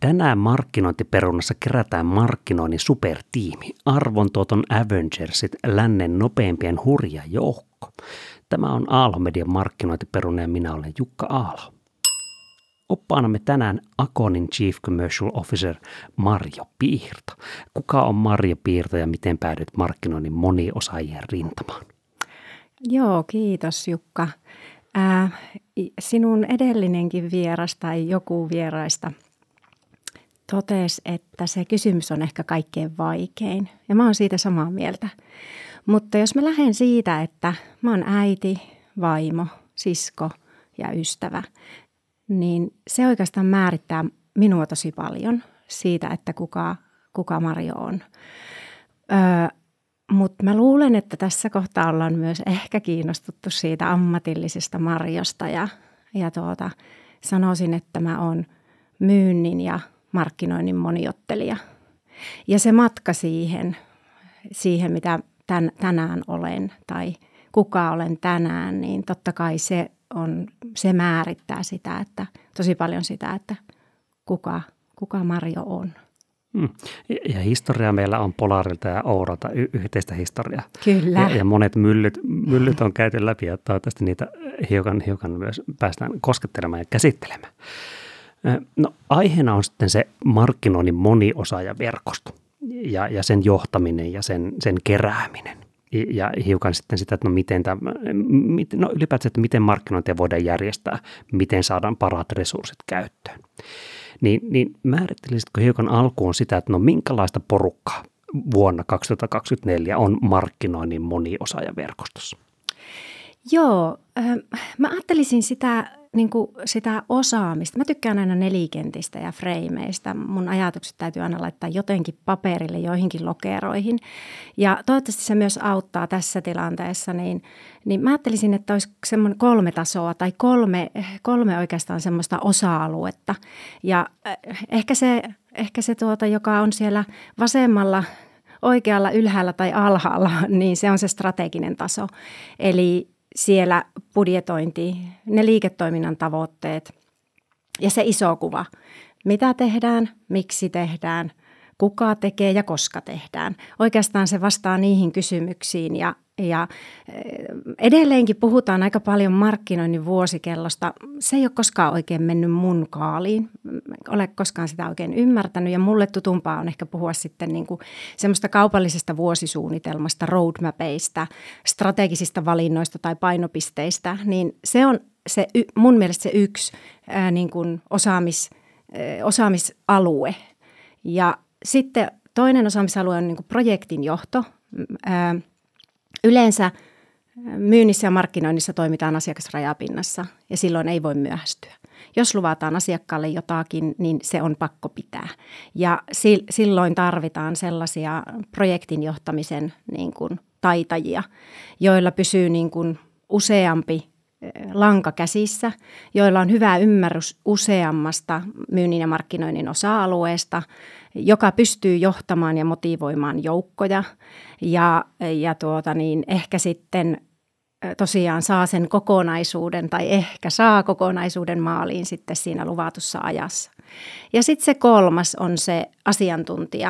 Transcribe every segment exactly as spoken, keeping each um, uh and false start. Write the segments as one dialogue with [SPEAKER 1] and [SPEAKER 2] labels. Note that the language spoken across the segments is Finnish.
[SPEAKER 1] Tänään markkinointiperunassa kerätään markkinoinnin supertiimi, arvontuoton Avengersit, lännen nopeimpien hurja joukko. Tämä on Aalo Median markkinointiperuna ja minä olen Jukka Aalo. Oppaanamme tänään Akonin Chief Commercial Officer Marjo Piirto. Kuka on Marjo Piirto ja miten päädyt markkinoinnin moniosaajien rintamaan?
[SPEAKER 2] Joo, kiitos Jukka. Ää, sinun edellinenkin vieras tai joku vieraista totesi, että se kysymys on ehkä kaikkein vaikein. Ja mä oon siitä samaa mieltä. Mutta jos mä lähden siitä, että mä oon äiti, vaimo, sisko ja ystävä, niin se oikeastaan määrittää minua tosi paljon siitä, että kuka, kuka Marjo on. Öö, Mutta mä luulen, että tässä kohtaa ollaan myös ehkä kiinnostuttu siitä ammatillisesta Marjosta ja, ja tuota, sanoisin, että mä oon myynnin ja markkinoinnin moniottelija. Ja se matka siihen, siihen mitä tän, tänään olen tai kuka olen tänään, niin totta kai se, on, se määrittää sitä, että tosi paljon sitä, että kuka, kuka Marjo on.
[SPEAKER 1] Hmm. Ja historiaa meillä on Polarilta ja Ouralta y- yhteistä historiaa.
[SPEAKER 2] Kyllä.
[SPEAKER 1] Ja, ja monet myllyt, myllyt on käyty läpi ja toivottavasti niitä hiukan, hiukan myös päästään koskettelemaan ja käsittelemään. No, aiheena on sitten se markkinoinnin moniosaajaverkosto ja, ja sen johtaminen ja sen, sen kerääminen. Ja hiukan sitten sitä, että no miten tämä, no ylipäätään, että miten markkinointia voidaan järjestää, miten saadaan parhaat resurssit käyttöön. Niin, niin määrittelisitkö hiukan alkuun sitä, että no minkälaista porukkaa vuonna kaksituhattakaksikymmentäneljä on markkinoinnin moniosaajaverkostossa?
[SPEAKER 2] Joo, äh, mä ajattelisin sitä, niin kuin sitä osaamista. Mä tykkään aina nelikentistä ja freimeistä. Mun ajatukset täytyy aina laittaa jotenkin paperille, joihinkin lokeroihin. Ja toivottavasti se myös auttaa tässä tilanteessa. Niin, niin mä ajattelisin, että olisi semmoinen kolme tasoa tai kolme, kolme oikeastaan semmoista osa-aluetta. Ja äh, ehkä se, ehkä se tuota, joka on siellä vasemmalla, oikealla, ylhäällä tai alhaalla, niin se on se strateginen taso. Eli siellä budjetointi, ne liiketoiminnan tavoitteet ja se iso kuva. Mitä tehdään, miksi tehdään, kuka tekee ja koska tehdään. Oikeastaan se vastaa niihin kysymyksiin ja, ja edelleenkin puhutaan aika paljon markkinoinnin vuosikellosta. Se ei ole koskaan oikein mennyt mun kaaliin. Ole koskaan sitä oikein ymmärtänyt ja mulle tutumpaa on ehkä puhua sitten niin kuin semmoista kaupallisesta vuosisuunnitelmasta, roadmapeista, strategisista valinnoista tai painopisteistä. Niin se on se, mun mielestä se yksi ää, niin kuin osaamis, ää, osaamisalue. Ja sitten toinen osaamisalue on niin kuin projektin johto. Ää, yleensä myynnissä ja markkinoinnissa toimitaan asiakasrajapinnassa ja silloin ei voi myöhästyä. Jos luvataan asiakkaalle jotakin, niin se on pakko pitää. Ja si- silloin tarvitaan sellaisia projektin johtamisen niin kuin taitajia, joilla pysyy niin kuin useampi lanka käsissä, joilla on hyvä ymmärrys useammasta myynnin ja markkinoinnin osa-alueesta, joka pystyy johtamaan ja motivoimaan joukkoja ja, ja tuota niin, ehkä sitten tosiaan saa sen kokonaisuuden tai ehkä saa kokonaisuuden maaliin sitten siinä luvatussa ajassa. Ja sitten se kolmas on se asiantuntija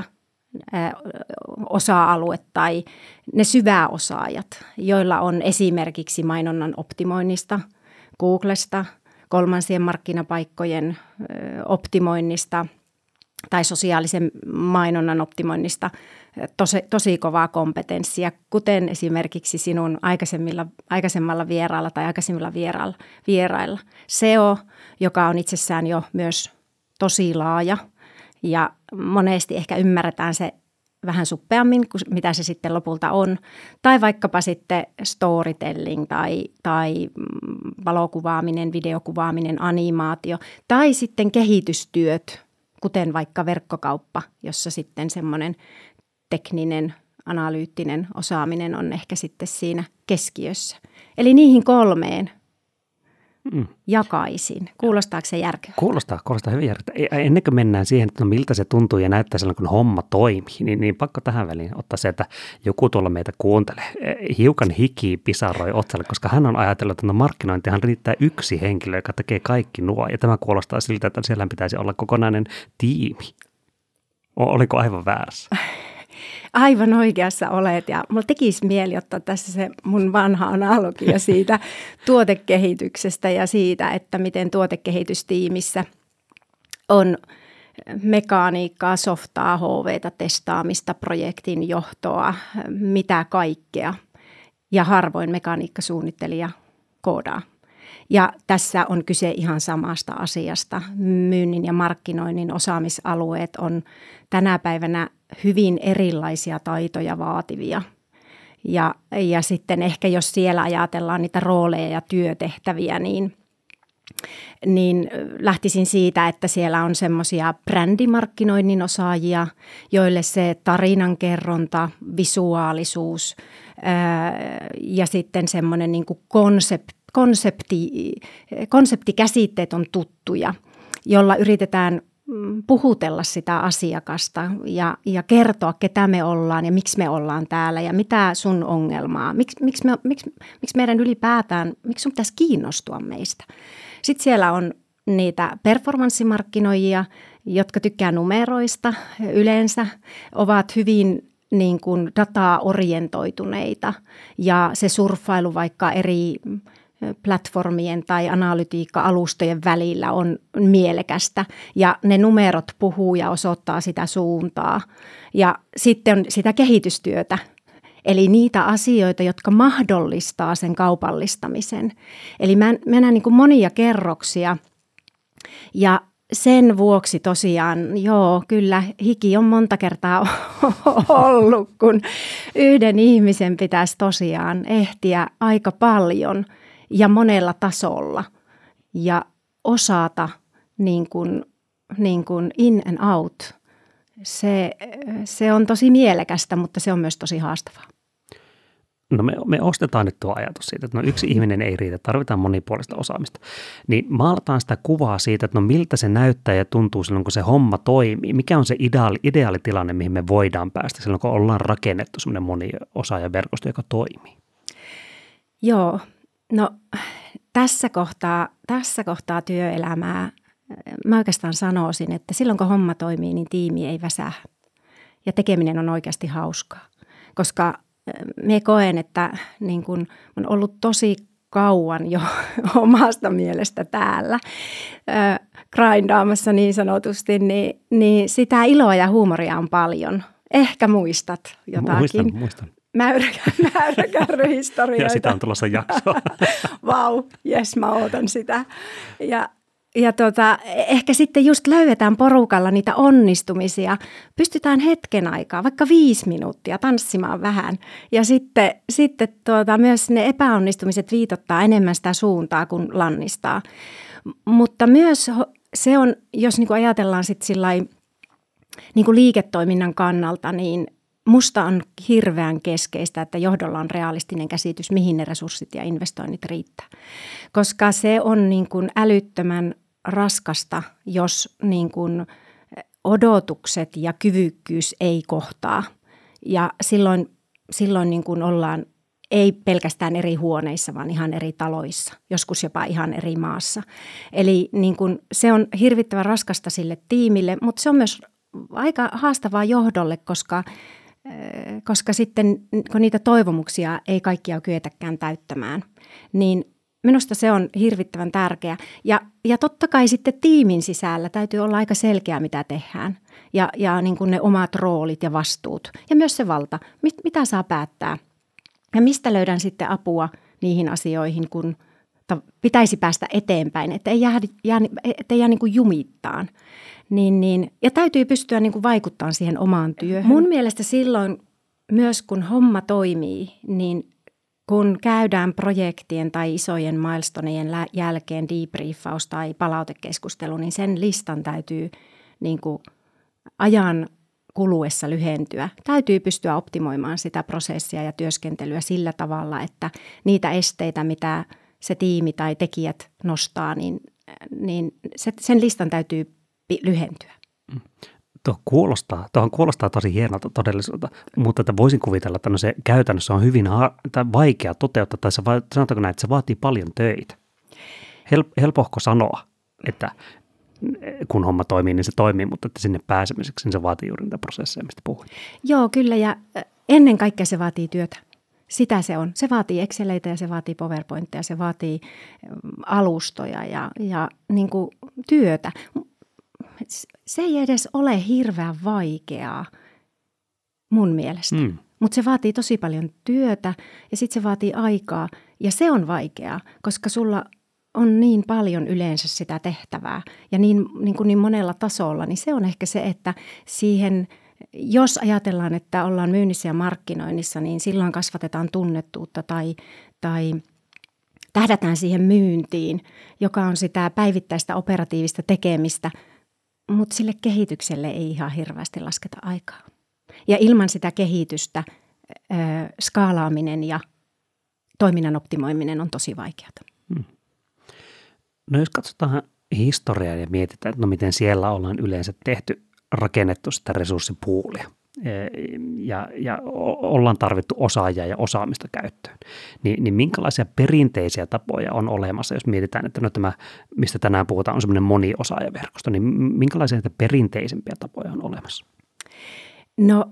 [SPEAKER 2] osa-alue tai ne syväosaajat, joilla on esimerkiksi mainonnan optimoinnista, Googlesta, kolmansien markkinapaikkojen optimoinnista tai sosiaalisen mainonnan optimoinnista tosi, tosi kovaa kompetenssia, kuten esimerkiksi sinun aikaisemmilla, aikaisemmalla vierailla tai aikaisemmilla vierailla, vierailla. S E O, joka on itsessään jo myös tosi laaja ja monesti ehkä ymmärretään se vähän suppeammin kuin mitä se sitten lopulta on. Tai vaikkapa sitten storytelling tai, tai valokuvaaminen, videokuvaaminen, animaatio tai sitten kehitystyöt, kuten vaikka verkkokauppa, jossa sitten semmoinen tekninen, analyyttinen osaaminen on ehkä sitten siinä keskiössä. Eli niihin kolmeen
[SPEAKER 1] mm.
[SPEAKER 2] jakaisin. Kuulostaako se järkevää?
[SPEAKER 1] Kuulostaa, kuulostaa hyvin järkevää. Ennen kuin mennään siihen, että no miltä se tuntuu ja näyttää silloin, kun homma toimii, niin, niin pakko tähän väliin ottaa se, että joku tuolla meitä kuuntelee. Hiukan hiki pisaroi otsalle, koska hän on ajatellut, että no markkinointihan riittää yksi henkilö, joka tekee kaikki nuo. Ja tämä kuulostaa siltä, että siellä pitäisi olla kokonainen tiimi. Oliko aivan väärässä?
[SPEAKER 2] Aivan oikeassa olet ja mulla tekisi mieli ottaa tässä se mun vanha analogia siitä tuotekehityksestä ja siitä, että miten tuotekehitystiimissä on mekaniikkaa, softaa, H V:tä, testaamista, projektin johtoa, mitä kaikkea ja harvoin mekaniikkasuunnittelija koodaa. Ja tässä on kyse ihan samasta asiasta. Myynnin ja markkinoinnin osaamisalueet on tänä päivänä hyvin erilaisia taitoja vaativia. Ja, ja sitten ehkä jos siellä ajatellaan niitä rooleja ja työtehtäviä, niin, niin lähtisin siitä, että siellä on semmoisia brändimarkkinoinnin osaajia, joille se tarinankerronta, visuaalisuus ää, ja sitten semmoinen niin kuin konsepti, Konsepti, konseptikäsitteet on tuttuja, jolla yritetään puhutella sitä asiakasta ja, ja kertoa, ketä me ollaan ja miksi me ollaan täällä ja mitä sun ongelmaa, miksi, miksi, me, miksi, miksi meidän ylipäätään, miksi sun pitäisi kiinnostua meistä. Sitten siellä on niitä performanssimarkkinoijia, jotka tykkää numeroista yleensä, ovat hyvin niin kuin dataa orientoituneita ja se surffailu vaikka eri platformien tai analytiikka-alustojen välillä on mielekästä ja ne numerot puhuu ja osoittaa sitä suuntaa. Ja sitten on sitä kehitystyötä, eli niitä asioita, jotka mahdollistaa sen kaupallistamisen. Eli mä, mä näen niin kuin monia kerroksia ja sen vuoksi tosiaan, joo, kyllä hiki on monta kertaa ollut, kun yhden ihmisen pitäisi tosiaan ehtiä aika paljon ja monella tasolla ja osata niin kuin, niin kuin in and out. Se, se on tosi mielekästä, mutta se on myös tosi haastavaa.
[SPEAKER 1] No me, me ostetaan nyt tuo ajatus siitä, että no yksi ihminen ei riitä, tarvitaan monipuolista osaamista. Niin maalataan sitä kuvaa siitä, että no miltä se näyttää ja tuntuu silloin, kun se homma toimii. Mikä on se ideaali, ideaalitilanne, mihin me voidaan päästä silloin, kun ollaan rakennettu semmoinen moniosaajaverkosto, joka toimii?
[SPEAKER 2] Joo, no tässä kohtaa, tässä kohtaa työelämää mä oikeastaan sanoisin, että silloin kun homma toimii, niin tiimi ei väsähä ja tekeminen on oikeasti hauskaa, koska me koen, että niin kun on ollut tosi kauan jo omasta mielestä täällä äh, grindaamassa niin sanotusti, niin, niin sitä iloa ja huumoria on paljon. Ehkä muistat jotakin.
[SPEAKER 1] Muistan, muistan.
[SPEAKER 2] Mäyräkärryhistorioita.
[SPEAKER 1] Ja sitä on tulossa jaksoa.
[SPEAKER 2] Vau, wow, jes mä ootan sitä. Ja Ja tota, ehkä sitten just löydetään porukalla niitä onnistumisia. Pystytään hetken aikaa, vaikka viisi minuuttia, tanssimaan vähän. Ja sitten, sitten tuota, myös ne epäonnistumiset viitottaa enemmän sitä suuntaa kuin lannistaa. Mutta myös se on, jos niinku ajatellaan sitten sillai, niinku liiketoiminnan kannalta, niin musta on hirveän keskeistä, että johdolla on realistinen käsitys, mihin ne resurssit ja investoinnit riittää. Koska se on niin kuin älyttömän raskasta, jos niin kuin odotukset ja kyvykkyys ei kohtaa. Ja silloin, silloin niin kuin ollaan ei pelkästään eri huoneissa, vaan ihan eri taloissa, joskus jopa ihan eri maassa. Eli niin kuin se on hirvittävän raskasta sille tiimille, mutta se on myös aika haastavaa johdolle, koska koska sitten kun niitä toivomuksia ei kaikkia kyetäkään täyttämään, niin minusta se on hirvittävän tärkeä. Ja, ja totta kai sitten tiimin sisällä täytyy olla aika selkeä, mitä tehdään ja, ja niin kuin ne omat roolit ja vastuut ja myös se valta, mit, mitä saa päättää ja mistä löydän sitten apua niihin asioihin, kun pitäisi päästä eteenpäin, että ei jää, jää, ettei jää niin kuin jumittaan. Niin, niin, ja täytyy pystyä niin kuin vaikuttamaan siihen omaan työhön. Mun mielestä silloin myös kun homma toimii, niin kun käydään projektien tai isojen milestonejen jälkeen debriefaus tai palautekeskustelu, niin sen listan täytyy niin kuin ajan kuluessa lyhentyä. Täytyy pystyä optimoimaan sitä prosessia ja työskentelyä sillä tavalla, että niitä esteitä, mitä se tiimi tai tekijät nostaa, niin, niin se, sen listan täytyy lyhentyä.
[SPEAKER 1] Tuo kuulostaa, tuohon kuulostaa tosi hienolta todellisuutta, mutta että voisin kuvitella, että no se käytännössä on hyvin ha- tai vaikea toteuttaa, tai se va- sanotaanko näin, että se vaatii paljon töitä. Hel- helpohko sanoa, että kun homma toimii, niin se toimii, mutta että sinne pääsemiseksi niin se vaatii juuri niitä prosesseja, mistä puhuin.
[SPEAKER 2] Joo, kyllä, ja ennen kaikkea se vaatii työtä. Sitä se on. Se vaatii Exceleitä ja se vaatii PowerPointia, se vaatii alustoja ja, ja niin kuin työtä. Se ei edes ole hirveän vaikeaa mun mielestä, mm. mutta se vaatii tosi paljon työtä ja sitten se vaatii aikaa ja se on vaikeaa, koska sulla on niin paljon yleensä sitä tehtävää ja niin, niin, kuin niin monella tasolla, niin se on ehkä se, että siihen, jos ajatellaan, että ollaan myynnissä ja markkinoinnissa, niin silloin kasvatetaan tunnettuutta tai, tai tähdätään siihen myyntiin, joka on sitä päivittäistä operatiivista tekemistä, mutta sille kehitykselle ei ihan hirveästi lasketa aikaa. Ja ilman sitä kehitystä ö, skaalaaminen ja toiminnan optimoiminen on tosi vaikeaa. Hmm.
[SPEAKER 1] No jos katsotaan historiaa ja mietitään, että no miten siellä ollaan yleensä tehty, rakennettu sitä resurssipuulia ja, ja ollaan tarvittu osaajia ja osaamista käyttöön, niin, niin minkälaisia perinteisiä tapoja on olemassa, jos mietitään, että no tämä, mistä tänään puhutaan, on semmoinen moniosaajaverkosto, niin minkälaisia perinteisempiä tapoja on olemassa?
[SPEAKER 2] No,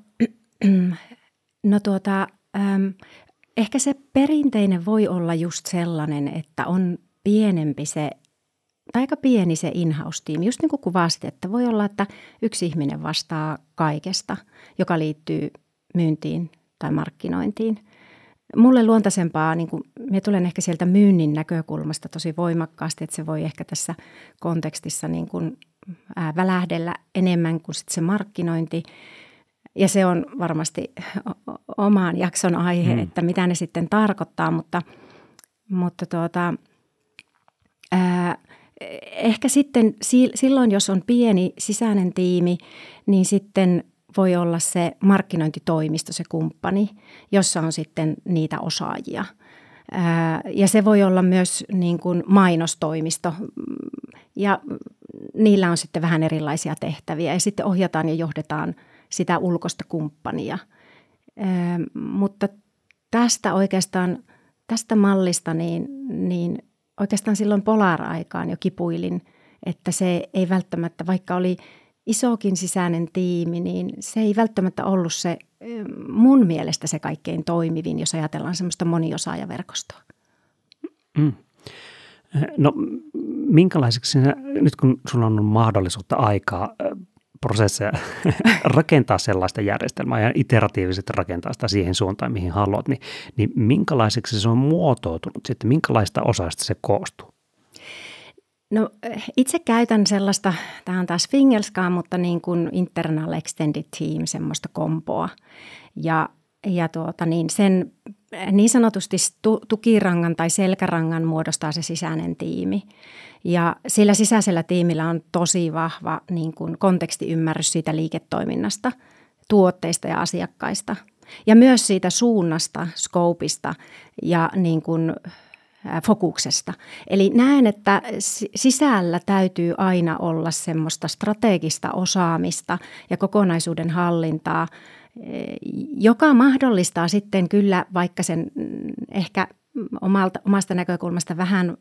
[SPEAKER 2] no tuota, ähm, ehkä se perinteinen voi olla just sellainen, että on pienempi se, tai aika pieni se in-house-tiimi. Just niin kuin kuvasit, että voi olla, että yksi ihminen vastaa kaikesta, joka liittyy myyntiin tai markkinointiin. Mulle luontaisempaa, niin kuin, minä tulen ehkä sieltä myynnin näkökulmasta tosi voimakkaasti, että se voi ehkä tässä kontekstissa niin kuin, ää, välähdellä enemmän kuin sit se markkinointi. Ja se on varmasti oman jakson aihe, hmm. että mitä ne sitten tarkoittaa, mutta, mutta tuota, ää, ehkä sitten silloin, jos on pieni sisäinen tiimi, niin sitten voi olla se markkinointitoimisto, se kumppani, jossa on sitten niitä osaajia. Ja se voi olla myös niin kuin mainostoimisto ja niillä on sitten vähän erilaisia tehtäviä ja sitten ohjataan ja johdetaan sitä ulkoista kumppania. Mutta tästä oikeastaan, tästä mallista niin, niin oikeastaan silloin Polar-aikaan jo kipuilin, että se ei välttämättä, vaikka oli isokin sisäinen tiimi, niin se ei välttämättä ollut se mun mielestä se kaikkein toimivin, jos ajatellaan semmoista moniosaajaverkostoa.
[SPEAKER 1] Mm. No minkälaiseksi sinä, nyt kun sulla on mahdollisuutta aikaa prosesseja rakentaa sellaista järjestelmää ja iteratiivisesti rakentaa sitä siihen suuntaan, mihin haluat, niin, niin minkälaiseksi se on muotoutunut sitten, minkälaista osaista se koostuu?
[SPEAKER 2] No itse käytän sellaista, tämä on taas fingelskaa, mutta niin kuin internal extended team, semmoista kompoa. Ja, ja tuota niin sen niin sanotusti tukirangan tai selkärangan muodostaa se sisäinen tiimi. Ja sillä sisäisellä tiimillä on tosi vahva niin kuin kontekstiymmärrys siitä liiketoiminnasta, tuotteista ja asiakkaista. Ja myös siitä suunnasta, skoopista ja niin kuin fokuksesta. Eli näen, että sisällä täytyy aina olla semmoista strategista osaamista ja kokonaisuuden hallintaa, joka mahdollistaa sitten kyllä vaikka sen ehkä omalta, omasta näkökulmasta vähän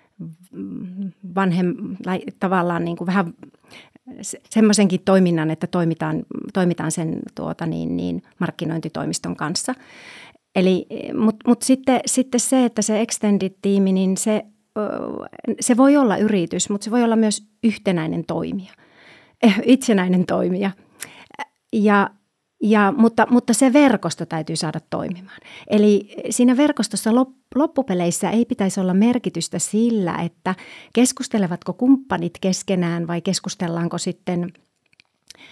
[SPEAKER 2] vanhem, tavallaan niin kuin vähän semmoisenkin toiminnan, että toimitaan, toimitaan sen tuota niin, niin markkinointitoimiston kanssa. Eli, mutta mut sitten, sitten se, että se extended-tiimi, niin se, se voi olla yritys, mutta se voi olla myös yhtenäinen toimija, itsenäinen toimija. Ja, ja, mutta, mutta se verkosto täytyy saada toimimaan. Eli siinä verkostossa loppupeleissä ei pitäisi olla merkitystä sillä, että keskustelevatko kumppanit keskenään vai keskustellaanko sitten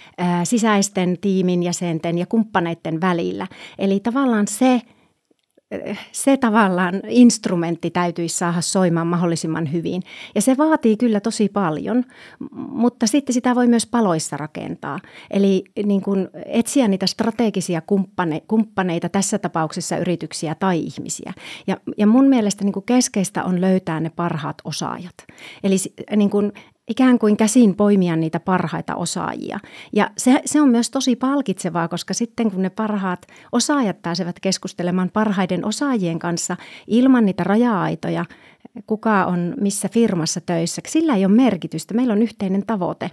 [SPEAKER 2] sisäisten tiimin jäsenten ja kumppaneiden välillä. Eli tavallaan se se tavallaan instrumentti täytyisi saada soimaan mahdollisimman hyvin. Ja se vaatii kyllä tosi paljon, mutta sitten sitä voi myös paloissa rakentaa. Eli niin kuin etsiä niitä strategisia kumppane, kumppaneita, tässä tapauksessa yrityksiä tai ihmisiä. Ja, ja mun mielestä niin kuin keskeistä on löytää ne parhaat osaajat. Eli niin kuin ikään kuin käsin poimia niitä parhaita osaajia. Ja se, se on myös tosi palkitsevaa, koska sitten kun ne parhaat osaajat pääsevät keskustelemaan parhaiden osaajien kanssa ilman niitä raja-aitoja, kuka on missä firmassa töissä, sillä ei ole merkitystä, meillä on yhteinen tavoite,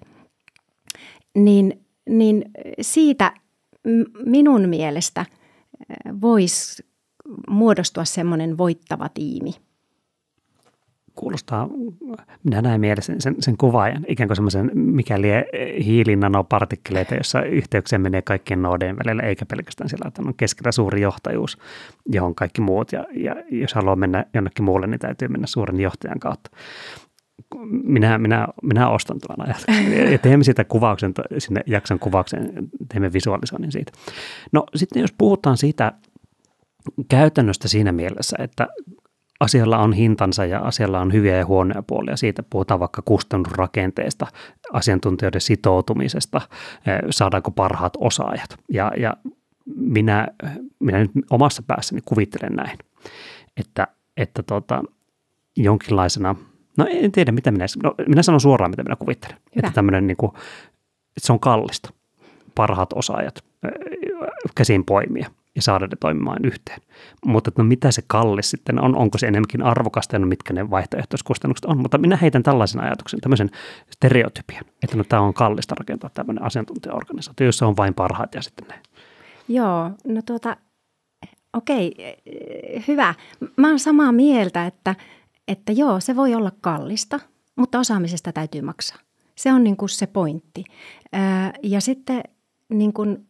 [SPEAKER 2] niin, niin siitä minun mielestä voisi muodostua semmoinen voittava tiimi.
[SPEAKER 1] Kuulostaa, minä näen mielessä sen, sen kuvaajan, ikään kuin semmoisen mikäli hiilinanopartikkeleita, jossa yhteyksiä menee kaikkien noodien välillä, eikä pelkästään sillä, että on keskellä suuri johtajuus, johon kaikki muut, ja, ja jos haluaa mennä jonnekin muulle, niin täytyy mennä suuren johtajan kautta. Minä, minä, minä ostan tuon ajatuksen ja teemme siitä kuvauksen, sinne jakson kuvauksen, teemme visualisoinnin siitä. No sitten jos puhutaan siitä käytännöstä siinä mielessä, että asialla on hintansa ja asialla on hyviä ja huonoja puolia. Siitä puhutaan vaikka kustannusrakenteesta, asiantuntijoiden sitoutumisesta, saadaanko parhaat osaajat. Ja, ja minä, minä nyt omassa päässäni kuvittelen näin, että, että tota, jonkinlaisena, no en tiedä mitä minä, no minä sanon suoraan mitä minä kuvittelen. Hyvä. Että tämmöinen niin kuin, että se on kallista, parhaat osaajat, käsin poimia ja saada ne toimimaan yhteen. Mutta no mitä se kallis sitten on, onko se enemmänkin arvokasta ja no mitkä ne vaihtoehtoiskustannukset on. Mutta minä heitän tällaisen ajatuksen, tämmöisen stereotypian, että no tämä on kallista rakentaa tämmöinen asiantuntijaorganisaatio, jossa on vain parhaat ja sitten ne.
[SPEAKER 2] Joo, no tuota, okei, hyvä. Mä oon samaa mieltä, että, että joo, se voi olla kallista, mutta osaamisesta täytyy maksaa. Se on niin kuin se pointti. Ja sitten niin kuin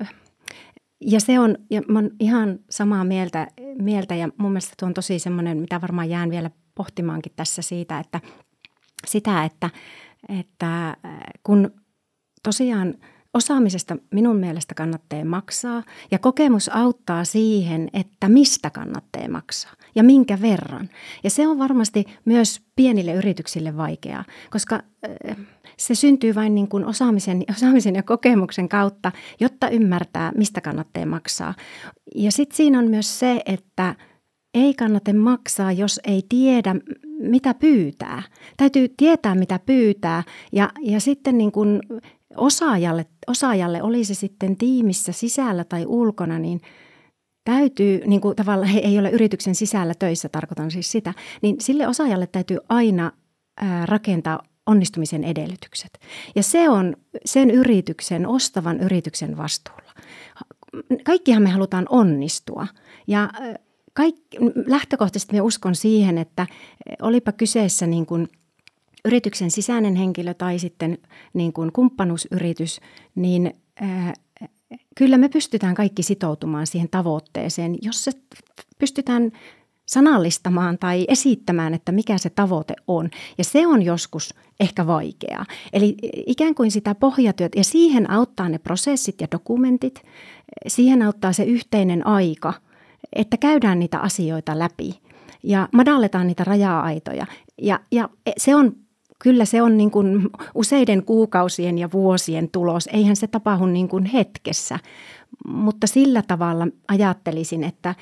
[SPEAKER 2] Ja se on, ja mä oon ihan samaa mieltä, mieltä ja mun mielestä tuo on tosi semmoinen, mitä varmaan jään vielä pohtimaankin tässä siitä, että sitä, että, että kun tosiaan osaamisesta minun mielestä kannattaa maksaa ja kokemus auttaa siihen, että mistä kannattaa maksaa ja minkä verran. Ja se on varmasti myös pienille yrityksille vaikeaa, koska se syntyy vain niin kuin osaamisen, osaamisen ja kokemuksen kautta, jotta ymmärtää, mistä kannattaa maksaa. Ja sitten siinä on myös se, että ei kannata maksaa, jos ei tiedä, mitä pyytää. Täytyy tietää, mitä pyytää ja, ja sitten niin kuin osaajalle, osaajalle, oli se sitten tiimissä sisällä tai ulkona, niin täytyy, niin kuin tavallaan he ei ole yrityksen sisällä töissä, tarkoitan siis sitä, niin sille osaajalle täytyy aina ää, rakentaa onnistumisen edellytykset. Ja se on sen yrityksen, ostavan yrityksen vastuulla. Kaikkihan me halutaan onnistua ja kaikki, lähtökohtaisesti me uskon siihen, että olipa kyseessä niin kuin yrityksen sisäinen henkilö tai sitten niin kuin kumppanuusyritys, niin ää, kyllä me pystytään kaikki sitoutumaan siihen tavoitteeseen, jos se pystytään sanallistamaan tai esittämään, että mikä se tavoite on. Ja se on joskus ehkä vaikeaa. Eli ikään kuin sitä pohjatyötä, ja siihen auttaa ne prosessit ja dokumentit, siihen auttaa se yhteinen aika, että käydään niitä asioita läpi ja madalletaan niitä raja-aitoja. Ja, ja se on Kyllä se on niin kuin useiden kuukausien ja vuosien tulos. Eihän se tapahdu niin kuin hetkessä, mutta sillä tavalla ajattelisin, että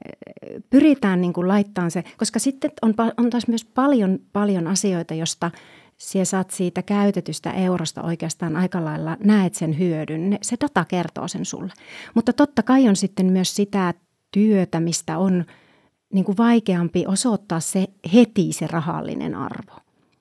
[SPEAKER 2] pyritään niin kuin laittamaan se, koska sitten on, on taas myös paljon, paljon asioita, josta sinä saat siitä käytetystä eurosta oikeastaan aika lailla, näet sen hyödyn. Se data kertoo sen sulle. Mutta totta kai on sitten myös sitä työtä, mistä on niin kuin vaikeampi osoittaa se heti se rahallinen arvo.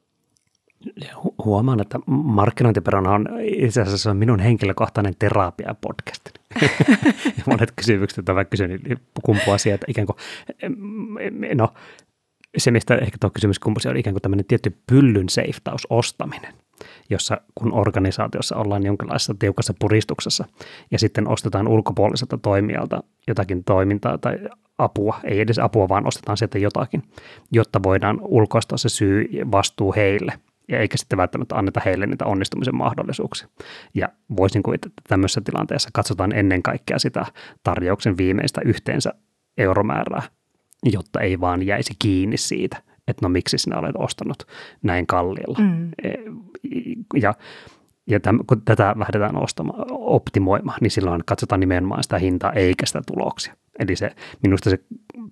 [SPEAKER 1] Huomaan, että markkinointiperona on itse asiassa minun henkilökohtainen terapia-podcast. Monet kysymykset ovat kysynyt kumpuaa sieltä ikään kuin, no se mistä ehkä tuo kysymys kumpusi oli ikään kuin tämmöinen tietty pyllyn seiftaus ostaminen, jossa kun organisaatiossa ollaan jonkinlaisessa tiukassa puristuksessa ja sitten ostetaan ulkopuoliselta toimijalta jotakin toimintaa tai apua, ei edes apua, vaan ostetaan sieltä jotakin, jotta voidaan ulkoistaa se syy ja vastuu heille. Ja eikä sitten välttämättä anneta heille niitä onnistumisen mahdollisuuksia. Ja voisin kuvitella, että tämmöisessä tilanteessa katsotaan ennen kaikkea sitä tarjouksen viimeistä yhteensä euromäärää jotta ei vaan jäisi kiinni siitä, että no miksi sinä olet ostanut näin kalliilla. Mm. Ja, ja täm, kun tätä lähdetään ostamaan, optimoimaan, niin silloin katsotaan nimenomaan sitä hintaa eikä sitä tuloksia. Eli se, minusta se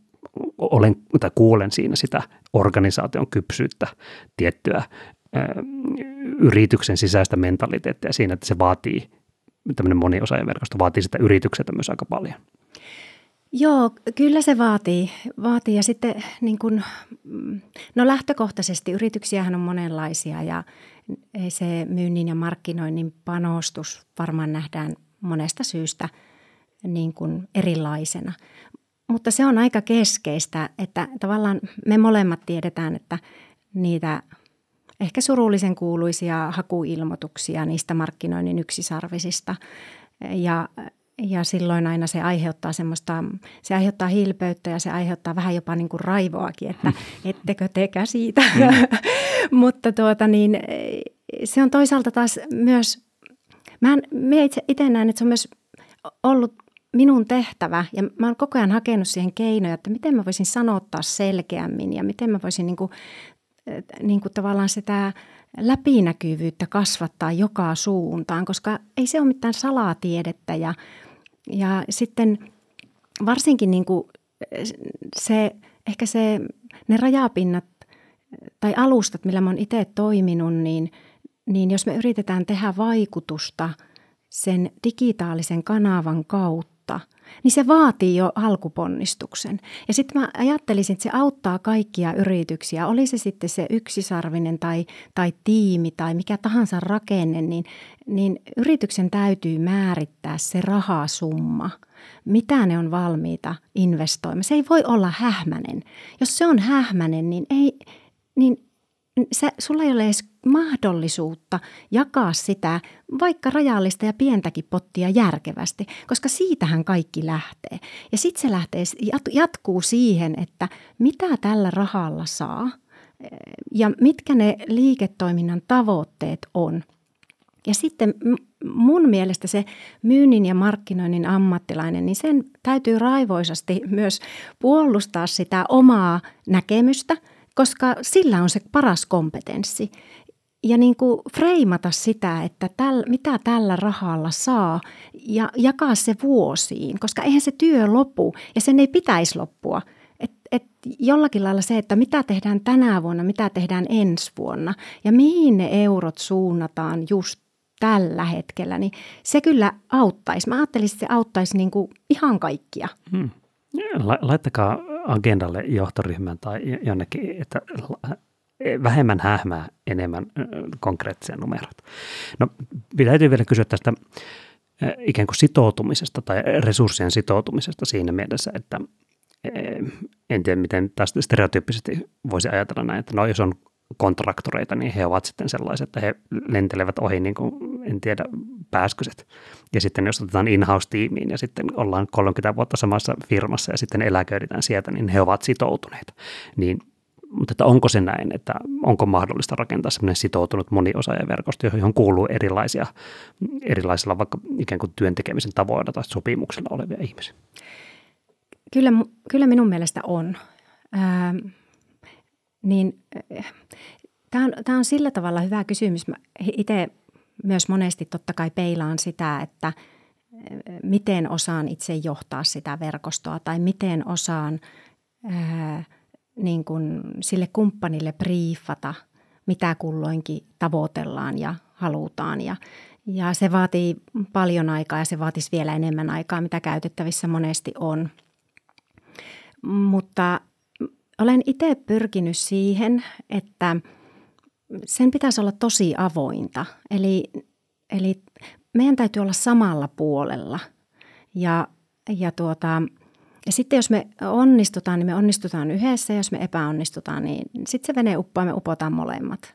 [SPEAKER 1] olen, tai kuulen siinä sitä organisaation kypsyyttä, tiettyä ö, yrityksen sisäistä mentaliteettia siinä, että se vaatii, tämmöinen moniosaajaverkosto vaatii sitä yritykseltä myös aika paljon.
[SPEAKER 2] Joo, kyllä se vaatii. vaatii. Ja sitten niin kun, no lähtökohtaisesti yrityksiähän on monenlaisia ja se myynnin ja markkinoinnin panostus varmaan nähdään monesta syystä niin kuin erilaisena. Mutta se on aika keskeistä, että tavallaan me molemmat tiedetään, että niitä ehkä surullisen kuuluisia hakuilmoituksia niistä markkinoinnin yksisarvisista ja Ja silloin aina se aiheuttaa semmoista, se aiheuttaa hilpeyttä ja se aiheuttaa vähän jopa niin kuin raivoakin, että ettekö te käsitä. Mm. Mutta tuota niin, se on toisaalta taas myös, mä, mä itse, itse näen, että se on myös ollut minun tehtävä ja mä oon koko ajan hakenut siihen keinoja, että miten mä voisin sanottaa selkeämmin ja miten mä voisin niin kuin, niin kuin tavallaan sitä läpinäkyvyyttä kasvattaa joka suuntaan, koska ei se ole mitään salatiedettä ja, ja sitten varsinkin niin kuin se, ehkä se, ne rajapinnat tai alustat, millä mä oon itse toiminut, niin, niin jos me yritetään tehdä vaikutusta sen digitaalisen kanavan kautta, niin se vaatii jo alkuponnistuksen. Ja sitten mä ajattelisin, että se auttaa kaikkia yrityksiä, oli se sitten se yksisarvinen tai, tai tiimi tai mikä tahansa rakenne, niin, niin yrityksen täytyy määrittää se rahasumma, mitä ne on valmiita investoimaan. Se ei voi olla hähmäinen. Jos se on hähmäinen, niin ei... Niin Se, sulla ei ole edes mahdollisuutta jakaa sitä vaikka rajallista ja pientäkin pottia järkevästi, koska siitähän kaikki lähtee. Ja sitten se lähtee, jatkuu siihen, että mitä tällä rahalla saa ja mitkä ne liiketoiminnan tavoitteet on. Ja sitten mun mielestä se myynnin ja markkinoinnin ammattilainen, niin sen täytyy raivoisasti myös puolustaa sitä omaa näkemystä, koska sillä on se paras kompetenssi. Ja niin kuin freimata sitä, että täl, mitä tällä rahalla saa ja jakaa se vuosiin, koska eihän se työ lopu ja sen ei pitäisi loppua. Et, et jollakin lailla se, että mitä tehdään tänä vuonna, mitä tehdään ensi vuonna ja mihin ne eurot suunnataan just tällä hetkellä, niin se kyllä auttaisi. Mä ajattelisin, että se auttaisi niin kuin ihan kaikkia. Hmm.
[SPEAKER 1] Laittakaa agendalle johtoryhmään tai jonnekin, että vähemmän hähmää, enemmän konkreettisia numeroita. No, täytyy vielä kysyä tästä ikään kuin sitoutumisesta tai resurssien sitoutumisesta siinä mielessä, että en tiedä, miten tästä stereotyyppisesti voisi ajatella näin, että no jos on kontraktoreita, niin he ovat sitten sellaiset, että he lentelevät ohi niin kuin, en tiedä, pääskyset. Ja sitten jos otetaan in-house-tiimiin ja sitten ollaan kolmekymmentä vuotta samassa firmassa ja sitten eläköidetään sieltä, niin he ovat sitoutuneita. Niin, mutta että onko se näin, että onko mahdollista rakentaa sellainen sitoutunut moniosaajaverkosto, johon kuuluu erilaisia, erilaisilla vaikka ikään kuin työntekemisen tavoilla tai sopimuksilla olevia ihmisiä?
[SPEAKER 2] Kyllä, kyllä minun mielestä on. Ähm. Niin, tämä on, tämä on sillä tavalla hyvä kysymys. Mä itse myös monesti totta kai peilaan sitä, että miten osaan itse johtaa sitä verkostoa tai miten osaan ää, niin kuin sille kumppanille briefata, mitä kulloinkin tavoitellaan ja halutaan. Ja, ja se vaatii paljon aikaa ja se vaatisi vielä enemmän aikaa, mitä käytettävissä monesti on. Mutta olen itse pyrkinyt siihen, että sen pitäisi olla tosi avointa. Eli, eli meidän täytyy olla samalla puolella. Ja, ja, tuota, ja sitten jos me onnistutaan, niin me onnistutaan yhdessä. Jos me epäonnistutaan, niin sitten se vene uppoaa ja me upotaan molemmat.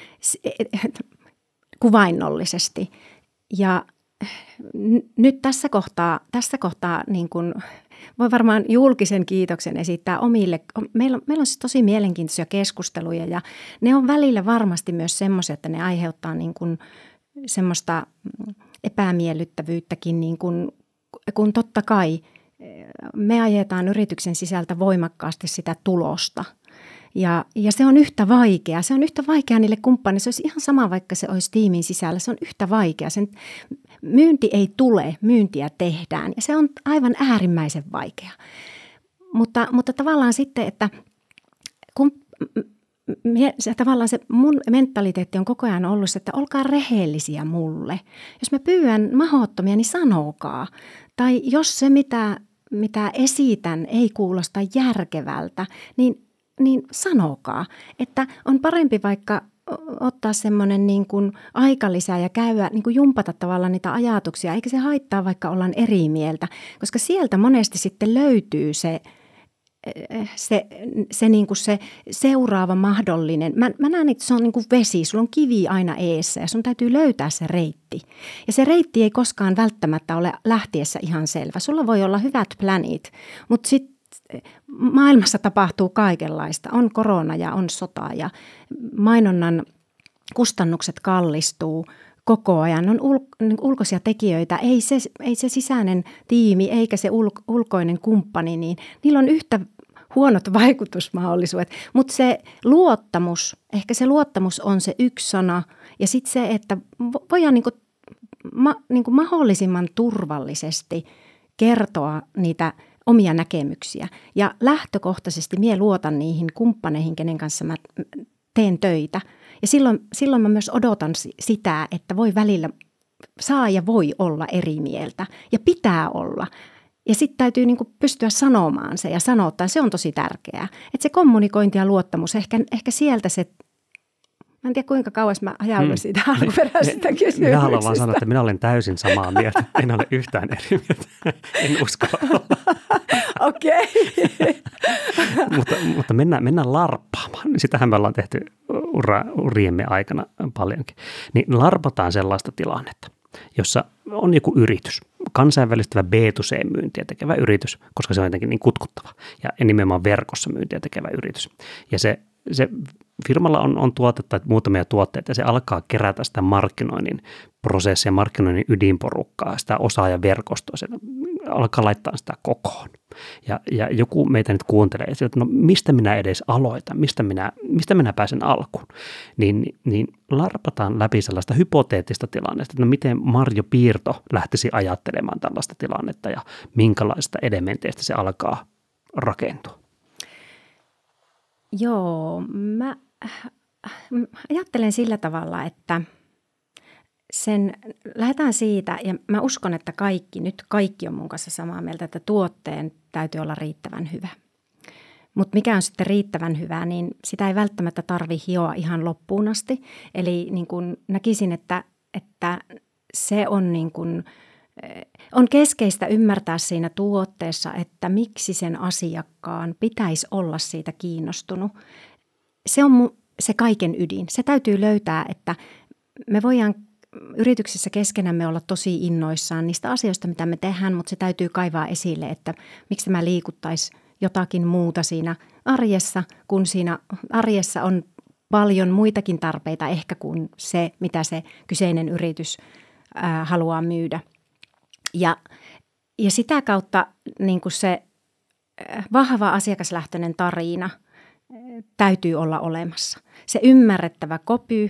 [SPEAKER 2] Kuvainnollisesti. Ja nyt tässä kohtaa, tässä kohtaa niin kuin voi varmaan julkisen kiitoksen esittää omille. Meillä on, meillä on siis tosi mielenkiintoisia keskusteluja ja ne on välillä varmasti myös semmoisia, että ne aiheuttaa niin kuin semmoista epämiellyttävyyttäkin, niin kuin, kun totta kai me ajetaan yrityksen sisältä voimakkaasti sitä tulosta. Ja, ja se on yhtä vaikea. Se on yhtä vaikea niille kumppaneille. Se olisi ihan sama, vaikka se olisi tiimin sisällä. Se on yhtä vaikea. Sen myynti ei tule, myyntiä tehdään. Ja se on aivan äärimmäisen vaikea. Mutta, mutta tavallaan sitten, että kun se, tavallaan se mun mentaliteetti on koko ajan ollut se, että olkaa rehellisiä mulle. Jos mä pyydän mahdottomia, niin sanokaa. Tai jos se, mitä, mitä esitän, ei kuulosta järkevältä, niin niin sanokaa, että on parempi vaikka ottaa semmoinen niin kuin aikalisä ja käydä niin kuin jumpata tavallaan niitä ajatuksia, eikä se haittaa vaikka ollaan eri mieltä, koska sieltä monesti sitten löytyy se, se, se, niin kuin se seuraava mahdollinen. Mä, mä näen, että se on niin kuin vesi, sulla on kivi aina eessä ja sun täytyy löytää se reitti. Ja se reitti ei koskaan välttämättä ole lähtiessä ihan selvä. Sulla voi olla hyvät planit, mutta sitten maailmassa tapahtuu kaikenlaista. On korona ja on sota ja mainonnan kustannukset kallistuu koko ajan. On ul- ulkoisia tekijöitä. Ei se, ei se sisäinen tiimi eikä se ul- ulkoinen kumppani, niin niillä on yhtä huonot vaikutusmahdollisuudet. Mutta se luottamus, ehkä se luottamus on se yksi sana. Ja sitten se, että voidaan niinku, ma, niinku mahdollisimman turvallisesti kertoa niitä omia näkemyksiä. Ja lähtökohtaisesti minä luotan niihin kumppaneihin, kenen kanssa mä teen töitä. Ja silloin, silloin mä myös odotan sitä, että voi välillä, saa ja voi olla eri mieltä. Ja pitää olla. Ja sitten täytyy niinku pystyä sanomaan se ja sanottaa, se on tosi tärkeää. Että se kommunikointi ja luottamus, ehkä, ehkä sieltä se, mä en tiedä kuinka kauas mä ajauduin siitä hmm. alkuperäisestä kysymyksestä.
[SPEAKER 1] Minä haluan vaan sanoa, että minä olen täysin samaa mieltä. En ole yhtään eri mieltä. En usko olla.
[SPEAKER 2] Okei.
[SPEAKER 1] mutta, mutta mennään, mennään larppaamaan. Sitähän me ollaan tehty ura, uriemme aikana paljonkin. Niin larpataan sellaista tilannetta, jossa on joku yritys, kansainvälistävä B to C-myyntiä tekevä yritys, koska se on jotenkin niin kutkuttava ja nimenomaan verkossa myyntiä tekevä yritys. Ja se, se firmalla on, on tuotetta, muutamia tuotteita ja se alkaa kerätä sitä markkinoinnin prosessia, markkinoinnin ydinporukkaa, sitä osaajaverkostoa, se alkaa laittaa sitä kokoon. Ja, ja joku meitä nyt kuuntelee, että no mistä minä edes aloitan, mistä minä, mistä minä pääsen alkuun, niin, niin larpataan läpi sellaista hypoteettista tilannetta, että no miten Marjo Piirto lähtisi ajattelemaan tällaista tilannetta ja minkälaista elementeistä se alkaa rakentua.
[SPEAKER 2] Joo, mä ajattelen sillä tavalla, että sen, lähdetään siitä, ja mä uskon, että kaikki, nyt kaikki on mun kanssa samaa mieltä, että tuotteen täytyy olla riittävän hyvä. Mutta mikä on sitten riittävän hyvä, niin sitä ei välttämättä tarvitse hioa ihan loppuun asti. Eli niin kun näkisin, että, että se on, niin kun, on keskeistä ymmärtää siinä tuotteessa, että miksi sen asiakkaan pitäisi olla siitä kiinnostunut. Se on se kaiken ydin. Se täytyy löytää, että me voidaan yrityksissä keskenämme olla tosi innoissaan niistä asioista, mitä me tehdään, mutta se täytyy kaivaa esille, että miksi tämä liikuttaisi jotakin muuta siinä arjessa, kun siinä arjessa on paljon muitakin tarpeita ehkä kuin se, mitä se kyseinen yritys ää, haluaa myydä. Ja, ja sitä kautta niin kuin se vahva asiakaslähtöinen tarina täytyy olla olemassa. Se ymmärrettävä kopy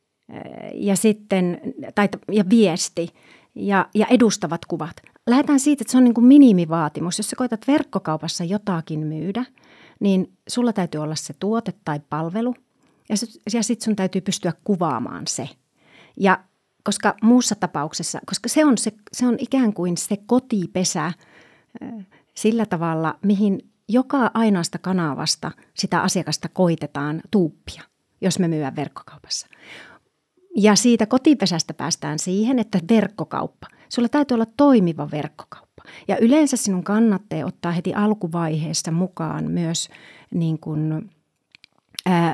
[SPEAKER 2] ja sitten, tai, ja viesti ja, ja edustavat kuvat. Lähdetään siitä, että se on niin kuin minimivaatimus. Jos sä koetat verkkokaupassa jotakin myydä, niin sulla täytyy olla se tuote tai palvelu ja, ja sitten sun täytyy pystyä kuvaamaan se. Ja koska muussa tapauksessa, koska se on, se, se on ikään kuin se kotipesä sillä tavalla, mihin joka ainoasta kanavasta sitä asiakasta koitetaan tuuppia, jos me myyään verkkokaupassa. Ja siitä kotipesästä päästään siihen, että verkkokauppa. Sulla täytyy olla toimiva verkkokauppa. Ja yleensä sinun kannattaa ottaa heti alkuvaiheessa mukaan myös niin kuin, ää,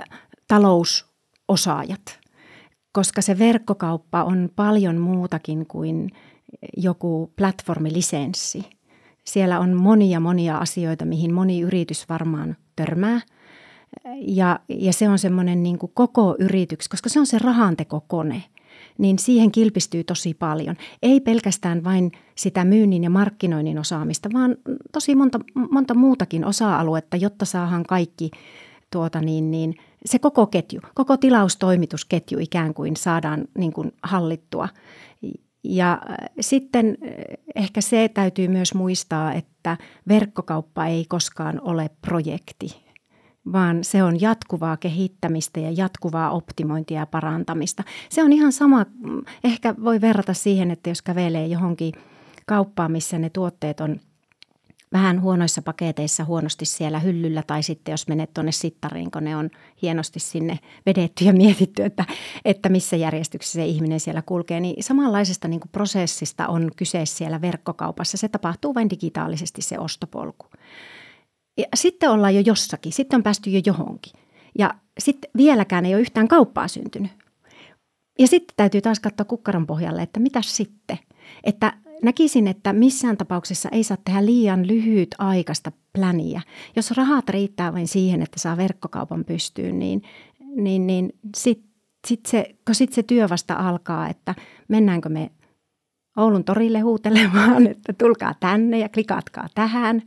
[SPEAKER 2] talousosaajat, koska se verkkokauppa on paljon muutakin kuin joku platformilisenssi. Siellä on monia monia asioita, mihin moni yritys varmaan törmää. Ja, ja se on semmoinen niin kuin koko yrityksi, koska se on se rahantekokone. niin siihen kilpistyy tosi paljon. Ei pelkästään vain sitä myynnin ja markkinoinnin osaamista, vaan tosi monta, monta muutakin osa-aluetta, jotta saadaan kaikki tuota niin, niin, se koko ketju, koko tilaustoimitusketju ikään kuin saadaan niin kuin hallittua. Ja sitten ehkä se täytyy myös muistaa, että verkkokauppa ei koskaan ole projekti, vaan se on jatkuvaa kehittämistä ja jatkuvaa optimointia ja parantamista. Se on ihan sama, ehkä voi verrata siihen, että jos kävelee johonkin kauppaan, missä ne tuotteet on vähän huonoissa paketeissa, huonosti siellä hyllyllä, tai sitten jos menet tuonne sittariin, kun ne on hienosti sinne vedetty ja mietitty, että, että missä järjestyksessä se ihminen siellä kulkee, niin samanlaisesta niin kuin prosessista on kyse siellä verkkokaupassa. Se tapahtuu vain digitaalisesti se ostopolku. Ja sitten ollaan jo jossakin, sitten on päästy jo johonkin. Ja sitten vieläkään ei ole yhtään kauppaa syntynyt. Ja sitten täytyy taas katsoa kukkaron pohjalle, että mitä sitten? Että näkisin, että missään tapauksessa ei saa tehdä liian lyhyt aikaista pläniä. Jos rahat riittää vain siihen, että saa verkkokaupan pystyyn, niin, niin, niin sitten sit se, sit se työ vasta alkaa, että mennäänkö me Oulun torille huutelemaan, että tulkaa tänne ja klikatkaa tähän.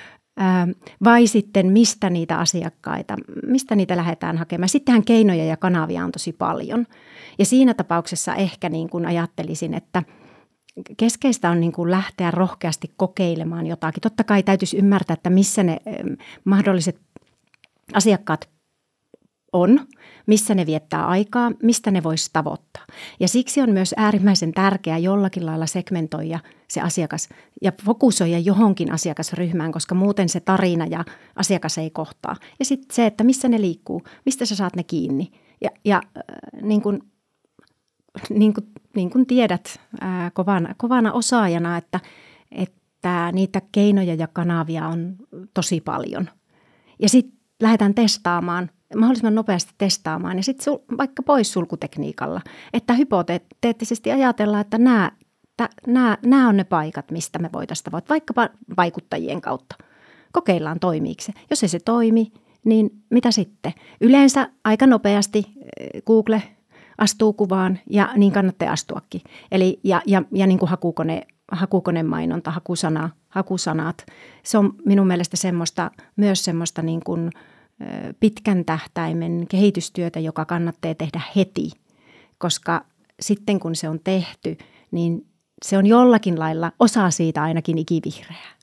[SPEAKER 2] Vai sitten mistä niitä asiakkaita, mistä niitä lähdetään hakemaan. Sittenhän keinoja ja kanavia on tosi paljon. Ja siinä tapauksessa ehkä niin kuin ajattelisin, että keskeistä on niin kuin lähteä rohkeasti kokeilemaan jotakin. Totta kai täytyisi ymmärtää, että missä ne mahdolliset asiakkaat on, missä ne viettää aikaa, mistä ne voisi tavoittaa. Ja siksi on myös äärimmäisen tärkeää jollakin lailla segmentoida se asiakas ja fokusoida johonkin asiakasryhmään, koska muuten se tarina ja asiakas ei kohtaa. Ja sitten se, että missä ne liikkuu, mistä sä saat ne kiinni. Ja, ja äh, niin kuin Niin kuin, niin kuin tiedät ää, kovana, kovana osaajana, että, että niitä keinoja ja kanavia on tosi paljon. Ja sitten lähdetään testaamaan, mahdollisimman nopeasti testaamaan ja sitten vaikka poissulkutekniikalla, että hypoteettisesti ajatellaan, että nämä, nämä, nämä on ne paikat, mistä me voitaisiin tavoittaa, vaikkapa vaikuttajien kautta. Kokeillaan toimiiko se. Jos ei se toimi, niin mitä sitten? Yleensä aika nopeasti Google astuu kuvaan ja niin kannattaa astuakin. Eli ja, ja, ja niin kuin hakukone, hakukonemainonta, hakusana, hakusanat. Se on minun mielestä semmoista, myös semmoista niin kuin pitkän tähtäimen kehitystyötä, joka kannattaa tehdä heti, koska sitten kun se on tehty, niin se on jollakin lailla osa siitä ainakin ikivihreää.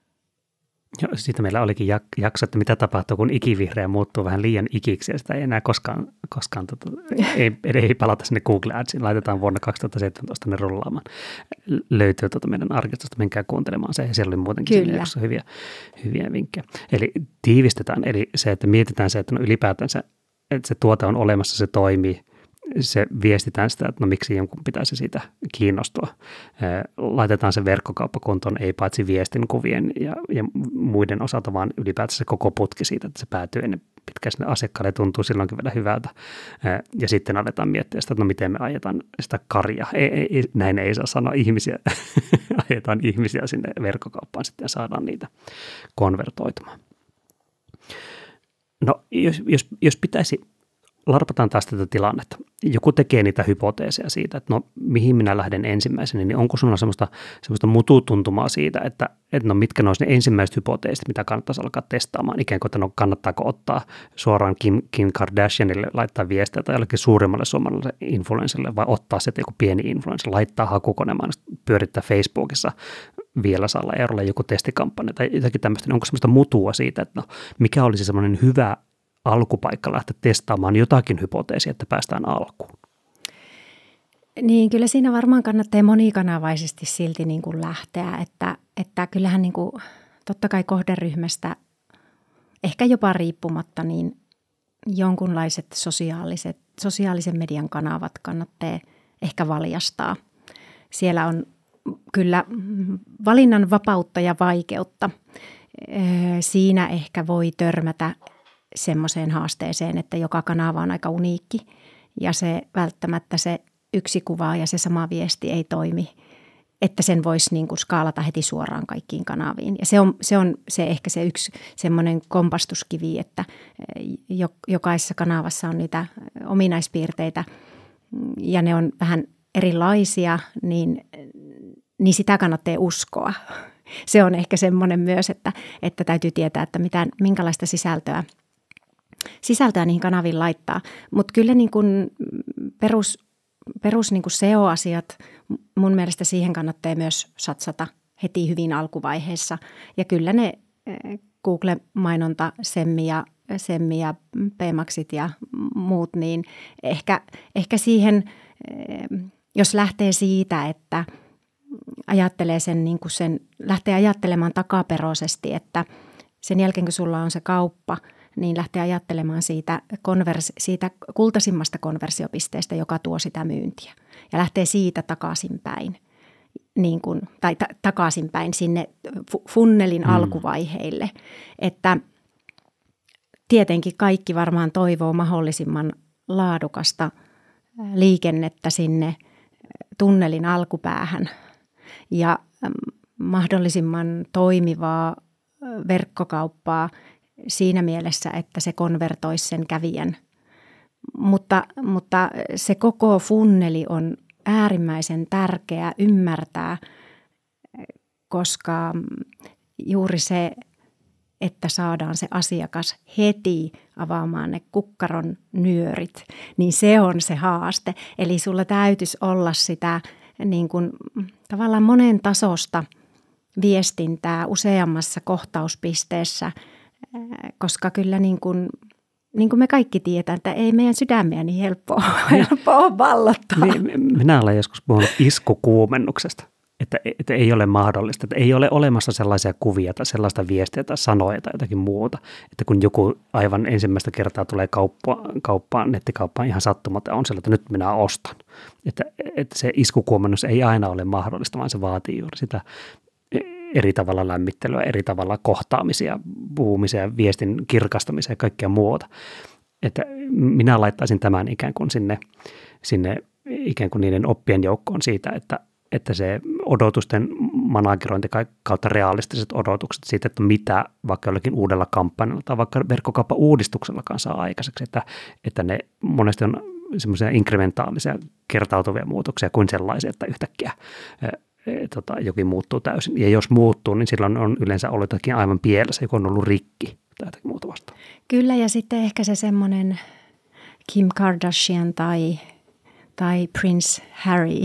[SPEAKER 1] Joo, siitä meillä olikin jakso, että mitä tapahtuu, kun ikivihreä muuttuu vähän liian ikiksi ja sitä ei enää koskaan, koskaan tota, ei, ei palata sinne Google Adsiin. Laitetaan vuonna kaksituhattaseitsemäntoista ne rullaamaan. Löytyy tuota meidän arkistosta, menkää kuuntelemaan se ja siellä oli muutenkin siinä jaksossa hyviä, hyviä vinkkejä. Eli tiivistetään, eli se, että mietitään se, että no ylipäätänsä, että se tuote on olemassa, se toimii. Se viestitään sitä, että no miksi jonkun pitäisi siitä kiinnostua. Laitetaan se verkkokauppa kuntoon, ei paitsi viestin, kuvien ja, ja muiden osalta, vaan ylipäätään se koko putki siitä, että se päätyy ennen pitkään sinne asiakkaalle ja tuntuu silloinkin vielä hyvältä. Ja sitten aletaan miettiä sitä, että no miten me ajetaan sitä karjaa. Ei, ei, näin ei saa sanoa ihmisiä. Ajetaan ihmisiä sinne verkkokauppaan sitten ja saadaan niitä konvertoitumaan. No jos, jos, jos pitäisi... Larpataan taas tätä tilannetta. Joku tekee niitä hypoteeseja siitä, että no mihin minä lähden ensimmäisenä, niin onko sinulla semmoista, semmoista mututuntumaa siitä, että, että no mitkä ne olisi ne ensimmäiset hypoteesit, mitä kannattaisi alkaa testaamaan, ikään kuin, että no kannattaako ottaa suoraan Kim, Kim Kardashianille, laittaa viestiä tai jollekin suurimmalle suomalaiselle influencerille vai ottaa se joku pieni influencer, laittaa hakukonemaan, pyörittää Facebookissa vielä salla eurolla joku testikampanja tai jotakin tämmöistä, niin onko semmoista mutua siitä, että no mikä olisi semmoinen hyvä alkupaikka lähteä testaamaan jotakin hypoteesia, että päästään alkuun?
[SPEAKER 2] Niin, kyllä siinä varmaan kannattaa monikanavaisesti silti niin kuin lähteä, että, että kyllähän niin kuin, totta kai kohderyhmästä ehkä jopa riippumatta, niin jonkunlaiset sosiaaliset, sosiaalisen median kanavat kannattaa ehkä valjastaa. Siellä on kyllä valinnan vapautta ja vaikeutta. Siinä ehkä voi törmätä semmoiseen haasteeseen, että joka kanava on aika uniikki ja se välttämättä se yksi kuva ja se sama viesti ei toimi, että sen voisi niin kuin skaalata heti suoraan kaikkiin kanaviin. Ja se on se, on se ehkä se yksi semmoinen kompastuskivi, että jokaisessa kanavassa on niitä ominaispiirteitä ja ne on vähän erilaisia, niin, niin sitä kannattaa uskoa. Se on ehkä semmoinen myös, että, että täytyy tietää, että mitä, minkälaista sisältöä, sisältöä niihin kanaviin laittaa. Mutta kyllä niin kuin perus, perus niin kuin S E O-asiat, mun mielestä siihen kannattaa myös satsata heti hyvin alkuvaiheessa. Ja kyllä ne Google-mainonta, Semmi ja, Semmi ja P-Maxit ja muut, niin ehkä, ehkä siihen, jos lähtee siitä, että ajattelee sen, niin kuin sen, lähtee ajattelemaan takaperoisesti, että sen jälkeen kun sulla on se kauppa, niin lähtee ajattelemaan siitä, konvers, siitä kultaisimmasta konversiopisteestä, joka tuo sitä myyntiä. Ja lähtee siitä takaisinpäin, niin kuin, tai ta- takaisinpäin sinne funnelin mm. alkuvaiheille. Että tietenkin kaikki varmaan toivoo mahdollisimman laadukasta liikennettä sinne tunnelin alkupäähän ja mahdollisimman toimivaa verkkokauppaa siinä mielessä, että se konvertoisi sen kävijän. Mutta, mutta se koko funneli on äärimmäisen tärkeää ymmärtää, koska juuri se, että saadaan se asiakas heti avaamaan ne kukkaron nyörit, niin se on se haaste. Eli sulla täytyisi olla sitä niin kuin, tavallaan monen tasosta viestintää useammassa kohtauspisteessä, koska kyllä niin kuin, niin kuin me kaikki tiedetään, että ei meidän sydämiä niin helppoa, helppoa ole vallottaa.
[SPEAKER 1] Minä olen joskus puhunut iskukuumennuksesta, että, että ei ole mahdollista, että ei ole olemassa sellaisia kuvia tai sellaista viestiä tai sanoja tai jotakin muuta, että kun joku aivan ensimmäistä kertaa tulee kauppaan, kauppaan nettikauppaan ihan sattumatta on sellainen, että nyt minä ostan. Että, että se iskukuumennus ei aina ole mahdollista, vaan se vaatii juuri sitä eri tavalla lämmittelyä, eri tavalla kohtaamisia, puhumisia, viestin kirkastamisia ja kaikkea muuta. Että minä laittaisin tämän ikään kuin sinne, sinne ikään kuin niiden oppien joukkoon siitä, että, että se odotusten managerointi kautta realistiset odotukset siitä, että mitä vaikka jollakin uudella kampanjalla tai vaikka verkkokauppa-uudistuksellakaan saa aikaiseksi, että, että ne monesti on semmoisia inkrementaalisia kertautuvia muutoksia kuin sellaisia, että yhtäkkiä Tota, jokin muuttuu täysin. Ja jos muuttuu, niin silloin on yleensä ollut jotakin aivan pielessä, joku on ollut rikki tai jotakin muuta vastaan.
[SPEAKER 2] Kyllä, ja sitten ehkä se semmoinen Kim Kardashian tai, tai Prince Harry,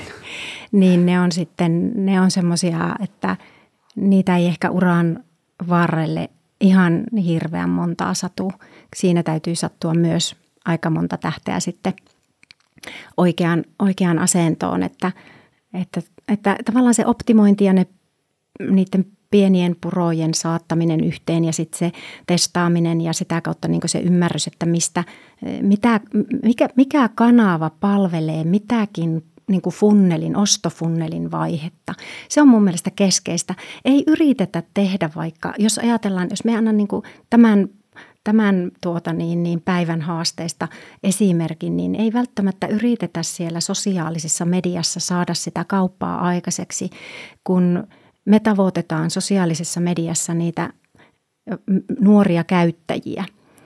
[SPEAKER 2] niin ne on sitten, ne on semmoisia, että niitä ei ehkä uran varrelle ihan hirveän montaa satu. Siinä täytyy sattua myös aika monta tähteä sitten oikeaan, oikeaan asentoon, että Että, että tavallaan se optimointi ja ne, niiden pienien purojen saattaminen yhteen ja sitten se testaaminen ja sitä kautta niin se ymmärrys, että mistä, mitä, mikä, mikä kanava palvelee mitäkin niin kuin funnelin, ostofunnelin vaihetta. Se on mun mielestä keskeistä. Ei yritetä tehdä vaikka, jos ajatellaan, jos me annan niin kuin tämän Tämän tuota niin, niin päivän haasteista esimerkin, niin ei välttämättä yritetä siellä sosiaalisessa mediassa saada sitä kauppaa aikaiseksi, kun me tavoitetaan sosiaalisessa mediassa niitä nuoria käyttäjiä.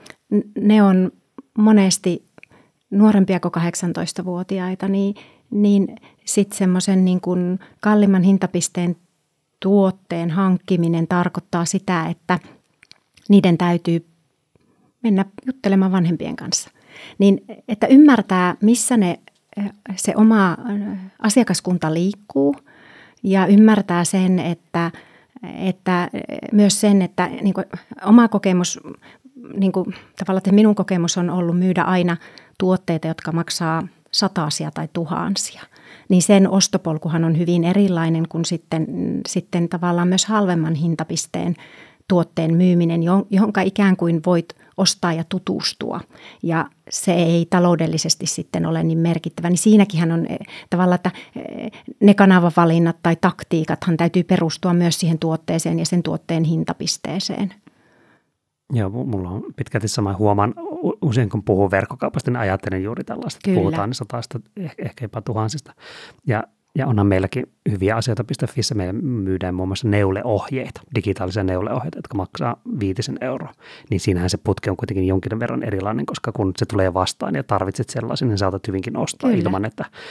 [SPEAKER 2] Ne on monesti nuorempia kuin kahdeksantoistavuotiaita, niin, niin sitten semmoisen niin kuin kallimman hintapisteen tuotteen hankkiminen tarkoittaa sitä, että niiden täytyy mennä juttelemaan vanhempien kanssa. Niin, että ymmärtää, missä ne, se oma asiakaskunta liikkuu ja ymmärtää sen, että, että myös sen, että niin kuin, oma kokemus, niin kuin, tavallaan että minun kokemus on ollut myydä aina tuotteita, jotka maksaa satasia tai tuhansia. Niin sen ostopolkuhan on hyvin erilainen kuin sitten, sitten tavallaan myös halvemman hintapisteen tuotteen myyminen, jonka ikään kuin voit ostaa ja tutustua, ja se ei taloudellisesti sitten ole niin merkittävä, niin siinäkinhän on tavallaan, että ne kanavavalinnat tai taktiikathan täytyy perustua myös siihen tuotteeseen ja sen tuotteen hintapisteeseen.
[SPEAKER 1] Joo, mulla on pitkälti sama. Huomaan usein, kun puhuu verkkokaupasta, niin ajattelen juuri tällaista, että puhutaan niin satasta, ehkä jopa tuhansista. Ja Ja onhan meilläkin hyviä asioita piste fissä. Meillä myydään muun muassa neuleohjeita, digitaalisia neuleohjeita, jotka maksaa viitisen euroa. Niin siinähän se putki on kuitenkin jonkin verran erilainen, koska kun se tulee vastaan ja tarvitset sellaisen, niin saatat hyvinkin ostaa Kyllä. ilman, että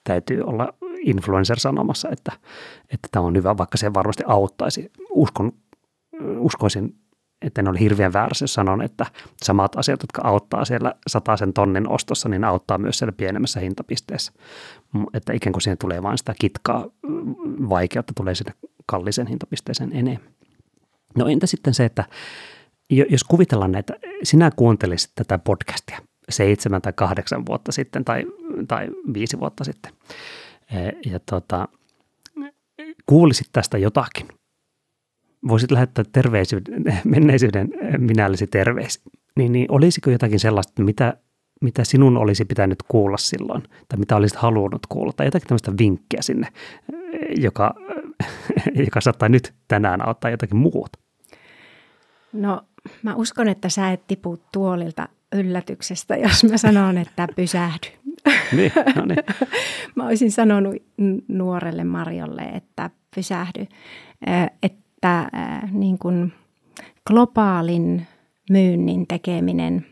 [SPEAKER 1] täytyy olla influencer sanomassa, että, että tämä on hyvä, vaikka se varmasti auttaisi. Uskon, uskoisin, että en ole hirveän väärässä, jos sanon, että samat asiat, jotka auttaa siellä sataisen tonnin ostossa, niin auttaa myös siellä pienemmässä hintapisteessä. Että ikään kuin siihen tulee vain sitä kitkaa, vaikeutta tulee sinne kallisen hintapisteeseen enemmän. No entä sitten se, että jos kuvitellaan näitä, sinä kuuntelisit tätä podcastia seitsemän tai kahdeksan vuotta sitten tai, tai viisi vuotta sitten ja tota, kuulisit tästä jotakin, voisit lähettää terveisyyden, menneisyyden minällesi terveisiä, niin, niin olisiko jotakin sellaista, mitä, mitä sinun olisi pitänyt kuulla silloin, tai mitä olisit halunnut kuulla, tai jotakin tämmöistä vinkkiä sinne, joka, joka saattaa nyt tänään auttaa jotakin muuta?
[SPEAKER 2] No mä uskon, että sä et tipu tuolilta yllätyksestä, jos mä sanon, että pysähdy.
[SPEAKER 1] Niin, no niin.
[SPEAKER 2] Mä olisin sanonut nuorelle Marjolle, että pysähdy, että niin kuin globaalin myynnin tekeminen